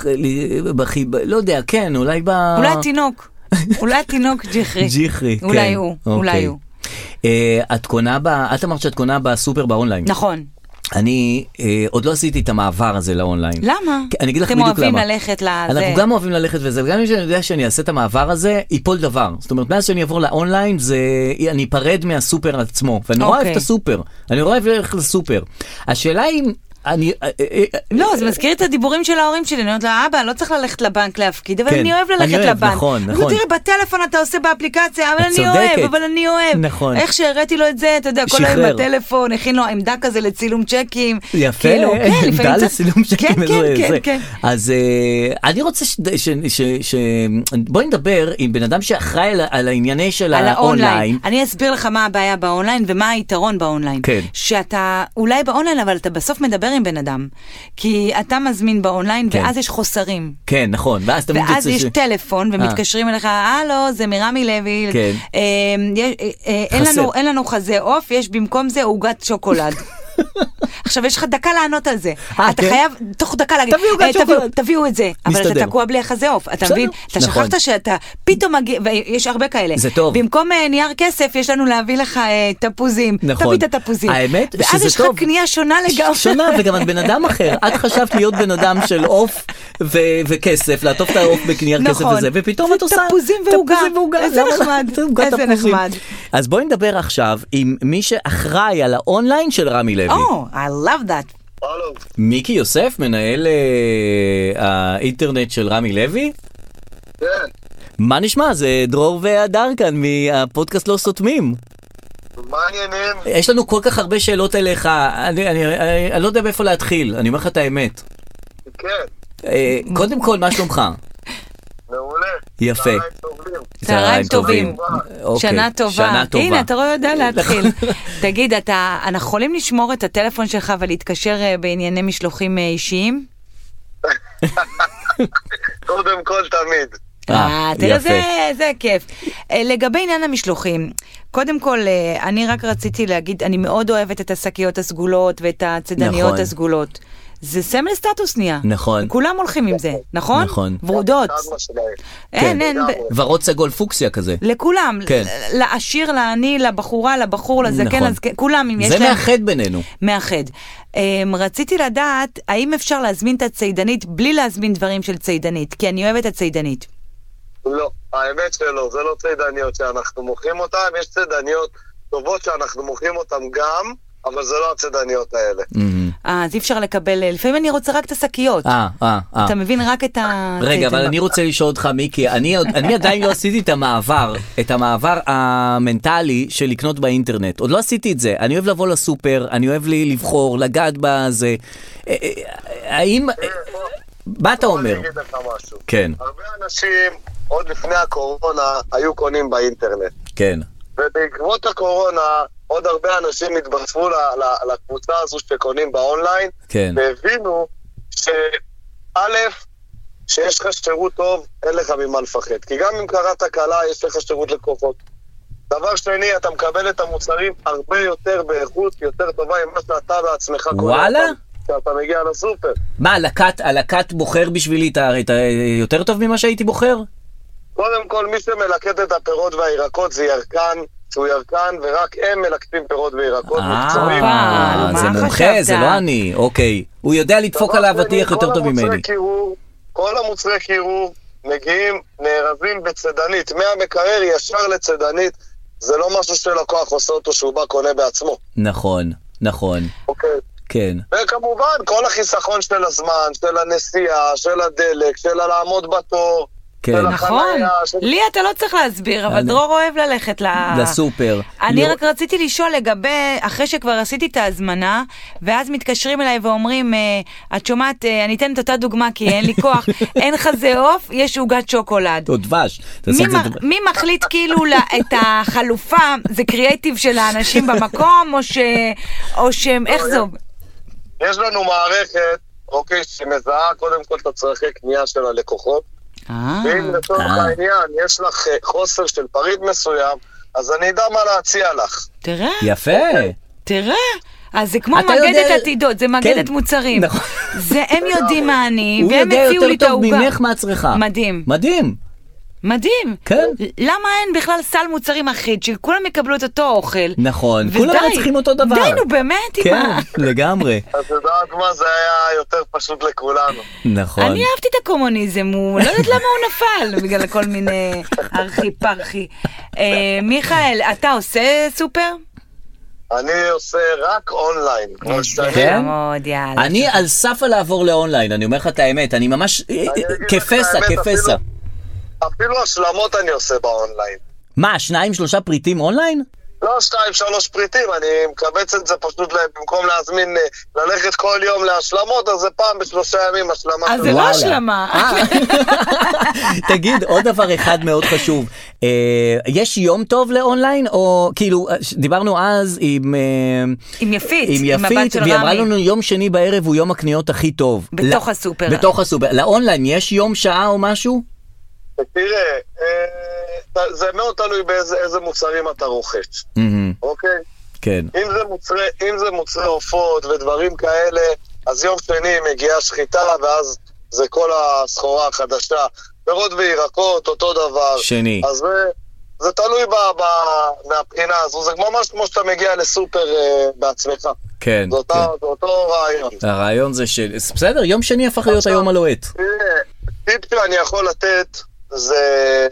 B: לא יודע, כן, אולי ב...
A: אולי תינוק. אולי תינוק ג'יחרי.
B: ג'יחרי, כן.
A: אולי הוא, אולי הוא.
B: את קונה ב... את אמרת שאת קונה בסופר באונליין.
A: נכון.
B: אני עוד לא עשיתי את המעבר הזה לאונליין.
A: למה?
B: אני אגיד לך בדיוק למה.
A: אתם אוהבים ללכת לזה.
B: אנחנו גם אוהבים ללכת וזה, וגם אם שאני יודע שאני אעשה את המעבר הזה, ייפול דבר. זאת אומרת, מאז שאני אעבור לאונליין, אני אפרד מהסופר עצמו. ואני רואה אוהב את הסופר. אני רואה אוהב לסופר. השאלה היא... אני...
A: לא, זה מזכיר את הדיבורים של ההורים שלי, אני אומרת לה, אבא, לא צריך ללכת לבנק להפקיד, אבל אני אוהב ללכת לבנק.
B: נכון, נכון.
A: תראה, בטלפון אתה עושה באפליקציה, אבל אני אוהב, אבל אני אוהב.
B: נכון.
A: איך שהראיתי לו את זה, אתה יודע, כל היום בטלפון, הכין לו עמדה כזה לצילום צ'קים.
B: יפה, עמדה לצילום צ'קים. כן, כן, כן. אז אני רוצה ש... בואי נדבר עם בן אדם שאחראי על הענייני של האונליין.
A: אני אסביר לך מה הבעיה באונליין ומה היתרון באונליין. שאתה אולי באונליין, אבל אתה בסוף מדבר עם בן אדם, כי אתה מזמין באונליין, כן. ואז יש חוסרים.
B: כן, נכון. ואז,
A: ואז יש ש... טלפון, ומתקשרים אליך, הלו, זה מרמי לוי,
B: כן.
A: אה, אה, אה, אין, לנו, אין לנו חזה אוף, יש במקום זה עוגת שוקולד. עכשיו יש לך דקה לענות על זה. אתה חייב תוך דקה להגיד, תביאו את זה, אבל אתה תקוע בלי החזה עוף. אתה מבין? אתה שכחת שאתה פתאום מגיע, ויש הרבה כאלה.
B: זה טוב.
A: במקום נייר כסף, יש לנו להביא לך תפוזים. תביא את התפוזים.
B: האמת שזה טוב.
A: ואז יש לך קנייה שונה לגמרי.
B: שונה, וגם את בן אדם אחר. את חשבת להיות בן אדם של עוף וכסף, לעטוף את העוף בקנייר כסף וזה, ופתאום את עושה
A: תפוזים ועוגה. איזה נחמד. איזה נחמד.
B: אז בואי נדבר עכשיו עם מי שאחראי על האונליין של רמי לוי.
A: Oh, I love that.
B: מיקי יוסף, מנהל האינטרנט של רמי לוי?
F: כן.
B: מה נשמע? זה דרור והדר כאן מהפודקאסט לא סותמים.
F: מה העניינים?
B: יש לנו כל כך הרבה שאלות אליך, אני, אני, אני, אני לא יודע באיפה להתחיל, אני אומר לך את האמת.
F: כן.
B: קודם כל, מה שלומך?
F: מעולה.
B: יפה.
A: צהריים טובים. שנה טובה. הנה, אתה רואה יודע להתחיל. תגיד, אנחנו יכולים לשמור את הטלפון שלך ולהתקשר בענייני משלוחים אישיים?
F: קודם כל תמיד.
A: אה, תראה, זה, זה כיף. לגבי עניין המשלוחים, קודם כל, אני רק רציתי להגיד, אני מאוד אוהבת את השקיות הסגולות ואת הצדניות הסגולות. זה סמל סטטוס נהיה.
B: נכון.
A: כולם הולכים עם זה, נכון?
B: נכון.
A: ורודות. אין, אין.
B: ורוד סגול פוקסיה כזה.
A: לכולם. לעשיר, לעני, לבחורה, לבחור, לזקן, כולם.
B: זה מאחד בינינו.
A: מאחד. רציתי לדעת, האם אפשר להזמין את הציידנית בלי להזמין דברים של ציידנית? כי אני אוהבת את הציידנית.
F: לא, האמת שלא, זה לא ציידניות שאנחנו מוכרים אותן, יש ציידניות טובות שאנחנו מוכרים אותן גם, אבל זה לא הצדניות האלה.
A: אה, אז אי אפשר לקבל, לפעמים אני רוצה רק את השקיות.
B: אה, אה, אה.
A: אתה מבין רק את ה...
B: רגע, אבל אני רוצה לשאול אותך, מיקי, אני עדיין לא עשיתי את המעבר, את המעבר המנטלי של לקנות באינטרנט. עוד לא עשיתי את זה. אני אוהב לבוא לסופר, אני אוהב לי לבחור, לגעת בזה. האם... מה אתה אומר?
F: אני אגיד לך משהו.
B: כן.
F: הרבה אנשים, עוד לפני הקורונה, היו קונים באינטרנט.
B: כן.
F: ובעקבות הקורונה... עוד הרבה אנשים התבצפו לקבוצה הזו שקונים באונליין,
B: כן.
F: והבינו שא', שיש לך שירות טוב, אין לך ממה לפחד. כי גם אם קראת קלה, יש לך שירות לקוחות. דבר שני, אתה מקבל את המוצרים הרבה יותר באיכות, יותר טובה ממה שאתה בעצמך.
B: וואלה?
F: כשאתה מגיע לסופר.
B: מה, הלקט, הלקט בוחר בשבילי את ה... יותר טוב ממה שהייתי בוחר?
F: קודם כל, מי שמלקט את הפירות והירקות זה ירקן, שהוא ירקן, ורק הם מלקטים פירות וירקות מקצועיים.
B: אה, זה מומחה, זה לא אני. אוקיי. הוא יודע לדפוק על האבטיח יותר טוב ממני.
F: כל המוצרי קירור מגיעים, נערבים בצדנית. מהמקרר ישר לצדנית, זה לא משהו שלקוח עושה אותו שהוא בא קונה בעצמו.
B: נכון, נכון.
F: אוקיי.
B: כן.
F: וכמובן, כל החיסכון של הזמן, של הנסיעה, של הדלק, של לעמוד בתור.
B: כן.
A: נכון, לי אתה לא צריך להסביר, אבל דרור אוהב ללכת
B: לסופר.
A: אני רק רציתי לשאול לגבי, אחרי שכבר עשיתי את ההזמנה, ואז מתקשרים אליי ואומרים, את שומעת, אני אתן את אותה דוגמה, כי אין לי כוח, אין חזה עוף, יש עוגת שוקולד.
B: או דבש.
A: מי מחליט כאילו את החלופה, זה קריאטיב של האנשים במקום, או שהם, איך זה?
F: יש לנו מערכת, אוקיי, שמזהה קודם כל את הצרכי קנייה של הלקוחות, ואם לצורך העניין יש לך חוסר של פריט מסוים, אז אני יודע מה להציע לך.
A: תראה.
B: יפה.
A: תראה. אז זה כמו מגדת עתידות, זה מגדת מוצרים. זה הם יודעים מה אני, והם הציעו לי את העוגה.
B: הוא יודע יותר טוב ממך מהצריכה.
A: מדהים.
B: מדהים.
A: מדהים.
B: כן.
A: למה אין בכלל סל מוצרים אחיד, שכולם יקבלו את אותו אוכל?
B: נכון. כולם צריכים אותו דבר.
A: די, נו באמת,
B: כן, לגמרי.
F: אז יודעת מה, זה היה יותר פשוט לכולנו.
B: נכון.
A: אני אהבתי את הקומוניזם, הוא לא יודעת למה הוא נפל, בגלל כל מיני ארכי פרחי. מיכאל, אתה עושה סופר?
F: אני עושה רק אונליין.
B: כן? אני על סף לעבור לאונליין, אני אומר לך את האמת, אני ממש כפסע, כפסע.
F: אפילו השלמות אני עושה באונליין.
B: מה, שניים, שלושה פריטים אונליין?
F: לא, שתיים, שלוש פריטים, אני מקבץ את זה פשוט במקום להזמין, ללכת כל יום להשלמות, אז זה פעם בשלושה ימים השלמה.
A: אז זה לא השלמה.
B: תגיד, עוד דבר אחד מאוד חשוב, יש יום טוב לאונליין, או כאילו, דיברנו אז עם...
A: עם יפית,
B: עם יפית, והיא אמרה לנו יום שני בערב הוא יום הקניות הכי טוב.
A: בתוך הסופר.
B: בתוך הסופר. לאונליין יש יום שעה או משהו?
F: תראה, זה מאוד תלוי באיזה מוצרים אתה רוכש, אוקיי?
B: כן.
F: אם זה מוצרי עופות ודברים כאלה, אז יום שני מגיעה שחיטה, ואז זה כל הסחורה החדשה. פירות וירקות, אותו דבר.
B: שני.
F: אז זה תלוי מהבחינה הזו, זה ממש כמו שאתה מגיע לסופר בעצמך.
B: כן.
F: זה אותו רעיון.
B: הרעיון זה של... בסדר, יום שני הפך להיות היום הלוהט.
F: טיפ שאני יכול לתת, זה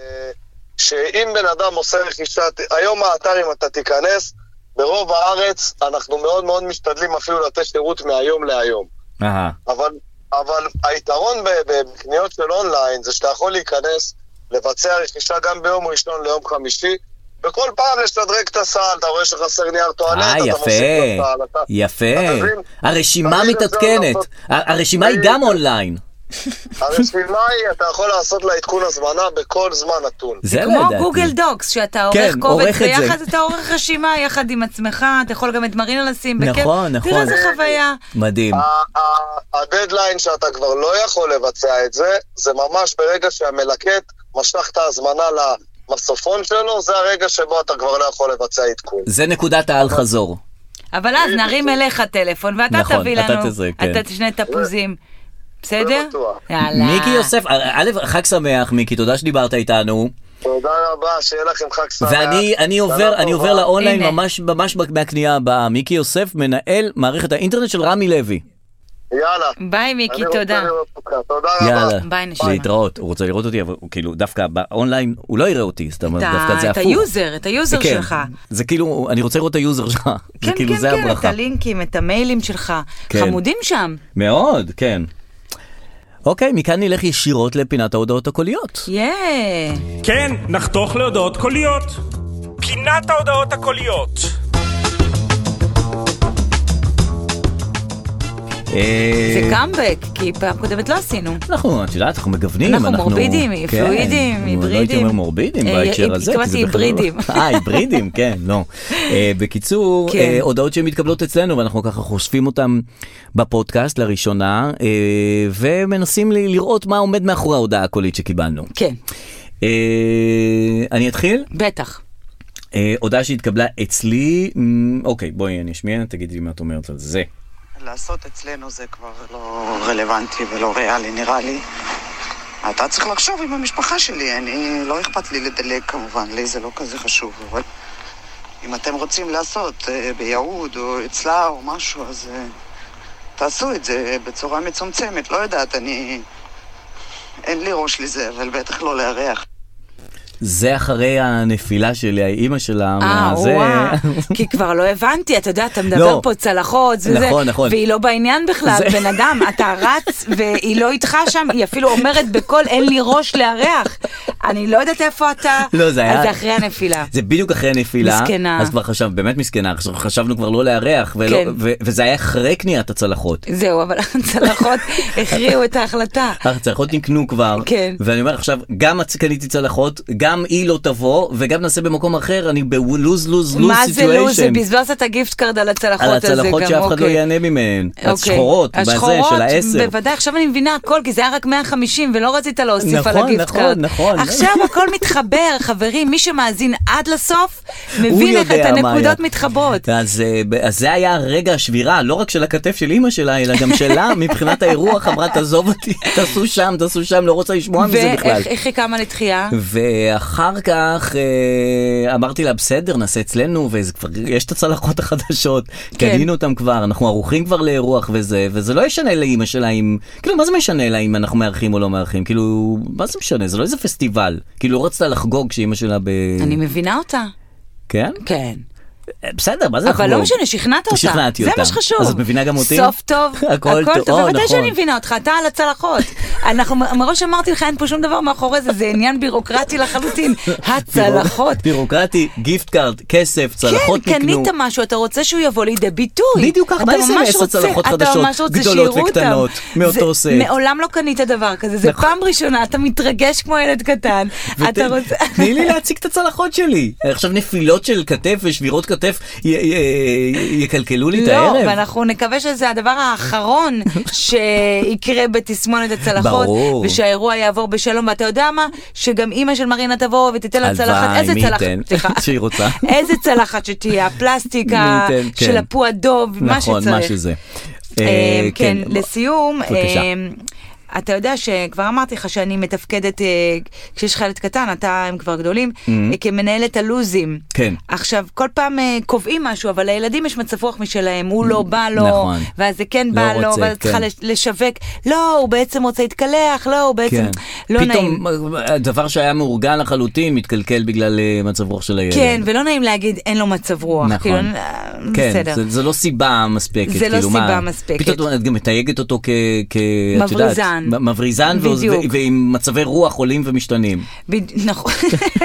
F: שאם בן אדם עושה רכישת, היום האתר אם אתה תיכנס, ברוב הארץ אנחנו מאוד מאוד משתדלים אפילו לתת שירות מהיום להיום. אבל, אבל היתרון בקניות של אונליין זה שאתה יכול להיכנס, לבצע רכישה גם ביום ראשון ליום חמישי, וכל פעם לשדרג את הסל, אתה רואה שחסר נייר טואלט, אתה מוסיף את הסל. אתה,
B: יפה, הרשימה מתעדכנת, הרשימה היא גם אונליין.
F: הרשימה היא, אתה יכול לעשות לה עדכון הזמנה בכל זמן נתון.
A: זה כמו גוגל דוקס, שאתה עורך קובץ ביחד, אתה עורך רשימה יחד עם עצמך, אתה יכול גם את מרינה לשים בכיף.
B: נכון, נכון.
A: תראה איזה חוויה.
B: מדהים.
F: הדדליין שאתה כבר לא יכול לבצע את זה, זה ממש ברגע שהמלקט משך את ההזמנה למסופון שלו, זה הרגע שבו אתה כבר לא יכול לבצע עדכון.
B: זה נקודת העל חזור.
A: אבל אז נרים אליך טלפון, ואתה תביא לנו, אתה תשנה תפוזים. בסדר?
B: מיקי יוסף, א', חג שמח, מיקי, תודה שדיברת איתנו.
F: תודה רבה, שיהיה לכם חג שמח.
B: ואני עובר, אני עובר לאונליין ממש ממש מהקנייה הבאה. מיקי יוסף, מנהל מערכת האינטרנט של רמי לוי.
F: יאללה.
A: ביי מיקי, תודה.
F: תודה רבה.
B: יאללה.
A: ביי נשמע.
B: להתראות, הוא רוצה לראות אותי, אבל כאילו דווקא באונליין הוא לא יראה אותי, זאת אומרת, דווקא זה הפוך.
A: את היוזר, את היוזר שלך.
B: זה כאילו, אני רוצה לראות את היוזר שלך.
A: כן, כן, כן, את הלינקים, את המיילים שלך. חמודים שם.
B: מאוד, כן. אוקיי, מכאן נלך ישירות לפינת ההודעות הקוליות.
A: יאה.
D: כן, נחתוך להודעות קוליות. פינת ההודעות הקוליות.
A: זה קאמבק, כי פעם קודמת לא עשינו.
B: אנחנו, את יודעת, אנחנו מגוונים.
A: אנחנו מורבידים, פלואידים, היברידים.
B: לא הייתי אומר מורבידים בהקשר הזה.
A: התכוונתי היברידים.
B: אה, היברידים, כן, לא. בקיצור, הודעות שהן מתקבלות אצלנו, ואנחנו ככה חושפים אותן בפודקאסט לראשונה, ומנסים לראות מה עומד מאחורי ההודעה הקולית שקיבלנו.
A: כן.
B: אני אתחיל?
A: בטח.
B: הודעה שהתקבלה אצלי, אוקיי, בואי אני אשמיע, תגידי לי מה את אומרת על זה.
G: לעשות אצלנו זה כבר לא רלוונטי ולא ריאלי, נראה לי. אתה צריך לחשוב עם המשפחה שלי, אני לא אכפת לי לדלג כמובן, לי זה לא כזה חשוב, אבל אם אתם רוצים לעשות ביהוד או אצלה או משהו, אז תעשו את זה בצורה מצומצמת, לא יודעת, אני... אין לי ראש לזה, אבל בטח לא להריח.
B: זה אחרי הנפילה שלי, האמא שלה,
A: אה, וואו, כי כבר לא הבנתי, אתה יודע, אתה מדבר פה צלחות,
B: נכון, נכון.
A: והיא לא בעניין בכלל, בן אדם, אתה רץ, והיא לא איתך שם, היא אפילו אומרת בכל, אין לי ראש להריח, אני לא יודעת איפה אתה,
B: לא, זה היה...
A: אז זה אחרי הנפילה.
B: זה בדיוק אחרי הנפילה.
A: מסכנה.
B: אז כבר חשב, באמת מסכנה, חשבנו כבר לא להריח, ולא,
A: כן.
B: ו- וזה היה אחרי קניית הצלחות.
A: זהו, אבל הצלחות הכריעו את ההחלטה.
B: הצלחות נקנו כבר,
A: כן.
B: ואני אומר עכשיו, גם קניתי צלחות, גם היא לא תבוא, וגם נעשה במקום אחר, אני בלוז, לוז, לוז
A: מה זה לוז? זה
B: סיטואשן.
A: בזבזת את הגיפט קארד על הצלחות
B: על
A: הזה.
B: הצלחות שאף אחד לא יענה ממהן. השחורות, בזה, של העשר.
A: בוודאי, עכשיו אני מבינה הכל, כי זה היה רק מאה וחמישים, ולא רצית להוסיף על הגיפט קארד.
B: נכון, נכון.
A: עכשיו הכל מתחבר, חברים, מי שמאזין עד לסוף, מבין איך את הנקודות מתחברות.
B: אז זה היה רגע השבירה, לא רק של הכתף של אמא שלה, אלא גם שלה, מבחינת האירוח, אמרה, תעזוב אותי, תעשו שם, תעשו שם, לא רוצה לשמוע מזה בכלל.
A: ואיך היא קמה לתחייה?
B: ואחר כך אמרתי לה, בסדר, נעשה אצלנו, ויש את הצלחות החדשות, קנינו אותם כבר, אנחנו ערוכים כבר לאירוח וזה, וזה לא ישנה לאמא שלה אם, כאילו, מה זה משנה לה אם אנחנו מארחים או לא מארחים? כאילו, מה זה משנה? זה לא איזה פסטיבל. כאילו, לא רצתה לחגוג שאמא שלה ב...
A: אני מבינה אותה.
B: כן?
A: כן.
B: בסדר, מה זה
A: אבל לא משנה, שכנעת אותה.
B: שכנעתי אותה.
A: זה מה שחשוב.
B: אז את מבינה גם אותי?
A: סוף טוב, הכל טוב. בוודאי שאני מבינה אותך, אתה על הצלחות. אנחנו מראש אמרתי לך, אין פה שום דבר מאחורי זה, זה עניין בירוקרטי לחלוטין. הצלחות.
B: בירוקרטי, גיפט קארד, כסף, צלחות נקנו.
A: כן, קנית משהו, אתה רוצה שהוא יבוא לידי ביטוי.
B: בדיוק ככה, מה זה עשר צלחות חדשות, גדולות וקטנות, מאותו סט.
A: מעולם לא קנית דבר כזה, זה פעם ראשונה, אתה מתרגש כמו ילד קטן.
B: תני לי להציג את הצלחות שלי. עכשיו נפילות של כתף ושבירות כתף יקלקלו לי את הערב.
A: לא, ואנחנו נקווה שזה הדבר האחרון שיקרה בתסמונת הצלחות, ושהאירוע יעבור בשלום, ואתה יודע מה? שגם אמא של מרינה תבוא ותיתן לה צלחת, איזה צלחת,
B: שהיא רוצה.
A: איזה צלחת שתהיה, הפלסטיקה של הפועדוב, מה שצריך.
B: נכון, מה שזה.
A: כן, לסיום, אתה יודע שכבר אמרתי לך שאני מתפקדת, כשיש חילד קטן, אתה הם כבר גדולים, כמנהלת הלוזים.
B: כן.
A: עכשיו, כל פעם קובעים משהו, אבל לילדים יש מצב רוח משלהם, הוא לא בא לו, ואז זה כן בא לו, ואז צריכה לשווק, לא, הוא בעצם רוצה להתקלח, לא, הוא בעצם לא נעים.
B: פתאום, הדבר שהיה מאורגן לחלוטין, מתקלקל בגלל מצב רוח של הילד.
A: כן, ולא נעים להגיד, אין לו מצב רוח.
B: נכון. כן, זה לא סיבה מספקת.
A: זה לא סיבה מספקת.
B: פתאום את גם מתייגת אותו כ...
A: מבריזן.
B: מבריזן ועם מצבי רוח עולים ומשתנים.
A: נכון.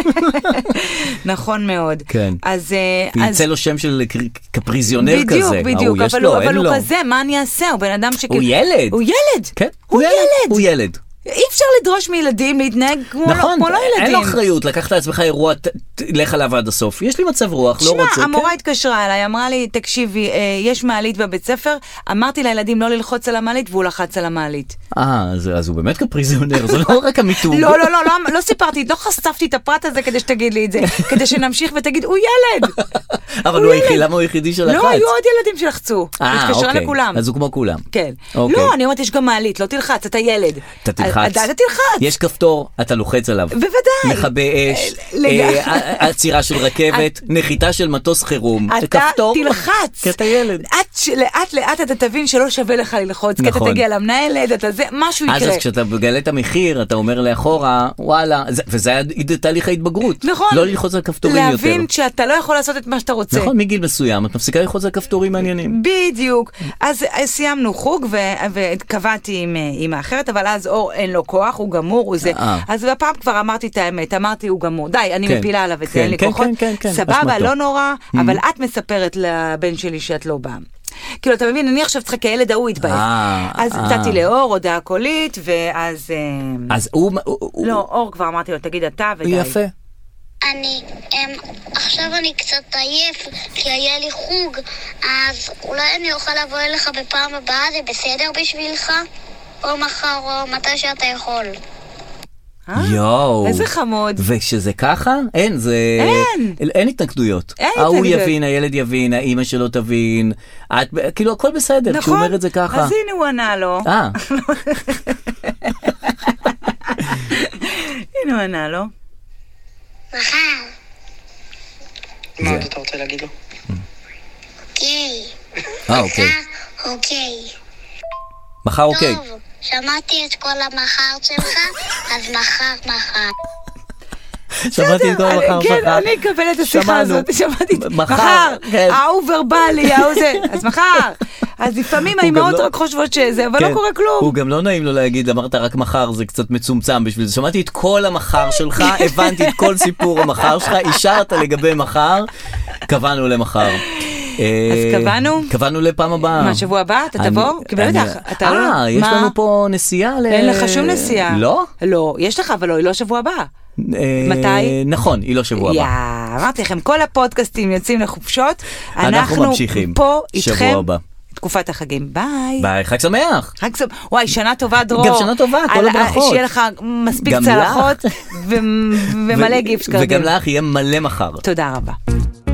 A: נכון מאוד.
B: כן.
A: אז...
B: ויצא לו שם של קפריזיונר כזה.
A: בדיוק, בדיוק. אבל הוא כזה, מה אני אעשה? הוא בן אדם שכאילו...
B: הוא ילד.
A: הוא ילד.
B: כן.
A: הוא ילד.
B: הוא ילד.
A: אי אפשר לדרוש מילדים להתנהג כמו
B: נכון,
A: לא ילדים.
B: אין לו אחריות, לקחת לעצמך אירוע, לך עליו עד הסוף. יש לי מצב רוח, לא רוצה.
A: שמע, המורה התקשרה אליי, אמרה לי, תקשיבי, יש מעלית בבית ספר, אמרתי לילדים לא ללחוץ על המעלית, והוא לחץ על המעלית.
B: אה, אז הוא באמת קפריזיונר, זה לא רק המיתוג.
A: לא, לא, לא, לא סיפרתי, לא חשפתי את הפרט הזה כדי שתגיד לי את זה, כדי שנמשיך ותגיד, הוא ילד.
B: אבל הוא היחיד, למה הוא היחידי שלחץ?
A: לא, היו עוד ילדים שלחצו. התקשרה לכולם.
B: אז הוא כמו כולם.
A: כן. לא, אני אומרת, יש גם מעלית, לא תלחץ, אתה ילד.
B: אתה תלחץ.
A: אתה תלחץ.
B: יש כפתור, אתה לוחץ עליו.
A: בוודאי.
B: מכבי אש, עצירה של רכבת, נחיתה של מטוס חירום.
A: אתה תלחץ.
B: כי אתה ילד.
A: לאט לאט אתה תבין שלא שווה לך ללחוץ, כי אתה תגיע למנהלת, אתה זה, משהו יקרה.
B: אז כשאתה מגלה את המחיר, אתה אומר לאחורה, וואלה, וזה היה תהליך ההתבגרות.
A: נכון.
B: לא ללחוץ על כפתורים יותר.
A: להבין שאתה לא יכול לעשות את מה שאתה רוצה.
B: נכון, מגיל מסוים, את מפסיקה ללחוץ על כפתורים מעניינים.
A: בדיוק. אז סיימנו חוג, וקבעתי עם האחרת, אבל אז אור אין לו כוח, הוא גמור, הוא זה. אז בפעם כבר אמרתי את האמת, אמרתי הוא גמור. די, אני מפילה עליו את זה, אין לי כוחות. סבבה, לא נורא, אבל את מספרת לבן שלי שאת לא באה. כאילו, אתה מבין, אני עכשיו צריכה כילד ההוא התבאס. אז נתתי לאור, הודעה קולית, ואז...
B: אז הוא...
A: לא, אור כבר אמרתי לו, תגיד אתה ודי.
B: יפה.
H: אני, עכשיו אני קצת עייף, כי היה לי חוג, אז אולי אני אוכל לבוא אליך בפעם הבאה, זה בסדר בשבילך? או מחר, או מתי שאתה יכול.
B: יואו.
A: איזה חמוד.
B: ושזה ככה? אין, זה...
A: אין.
B: אין התנגדויות.
A: אין התנגדויות.
B: ההוא יבין, הילד יבין, האמא שלו תבין. את, כאילו, הכל בסדר,
A: נכון.
B: כשהוא אומר את זה ככה.
A: אז הנה הוא ענה לו.
B: אה.
A: הנה הוא ענה לו.
H: מחר.
G: מה עוד אתה רוצה להגיד לו?
H: אוקיי.
B: אה, אוקיי.
H: אוקיי.
B: מחר אוקיי.
H: טוב, שמעתי את כל המחר שלך, אז מחר מחר.
B: שמעתי את כל המחר מחר.
A: כן, אני אקבל את השיחה הזאת, שמעתי את
B: מחר.
A: ההוא ורבלי, ההוא זה, אז מחר. אז לפעמים האמהות רק חושבות שזה, אבל לא קורה כלום.
B: הוא גם לא נעים לו להגיד, אמרת רק מחר, זה קצת מצומצם בשביל זה. שמעתי את כל המחר שלך, הבנתי את כל סיפור המחר שלך, אישרת לגבי מחר, קבענו למחר.
A: אז קבענו?
B: קבענו לפעם הבאה.
A: מה, שבוע הבא? אתה תבוא? כי באמת, אתה לא...
B: אה, יש לנו פה נסיעה ל...
A: אין לך שום נסיעה.
B: לא?
A: לא, יש לך, אבל לא, היא לא שבוע הבא. מתי?
B: נכון, היא לא שבוע הבא.
A: יא, אמרתי לכם, כל הפודקאסטים יוצאים לחופשות.
B: אנחנו ממשיכים.
A: פה איתכם.
B: שבוע הבא.
A: תקופת החגים. ביי.
B: ביי, חג שמח.
A: חג שמח. וואי, שנה טובה, דרור.
B: גם שנה טובה, כל הברכות.
A: שיהיה לך מספיק צלחות ומלא גיפט קרדים.
B: וגם לך יהיה מלא מחר.
A: תודה רבה.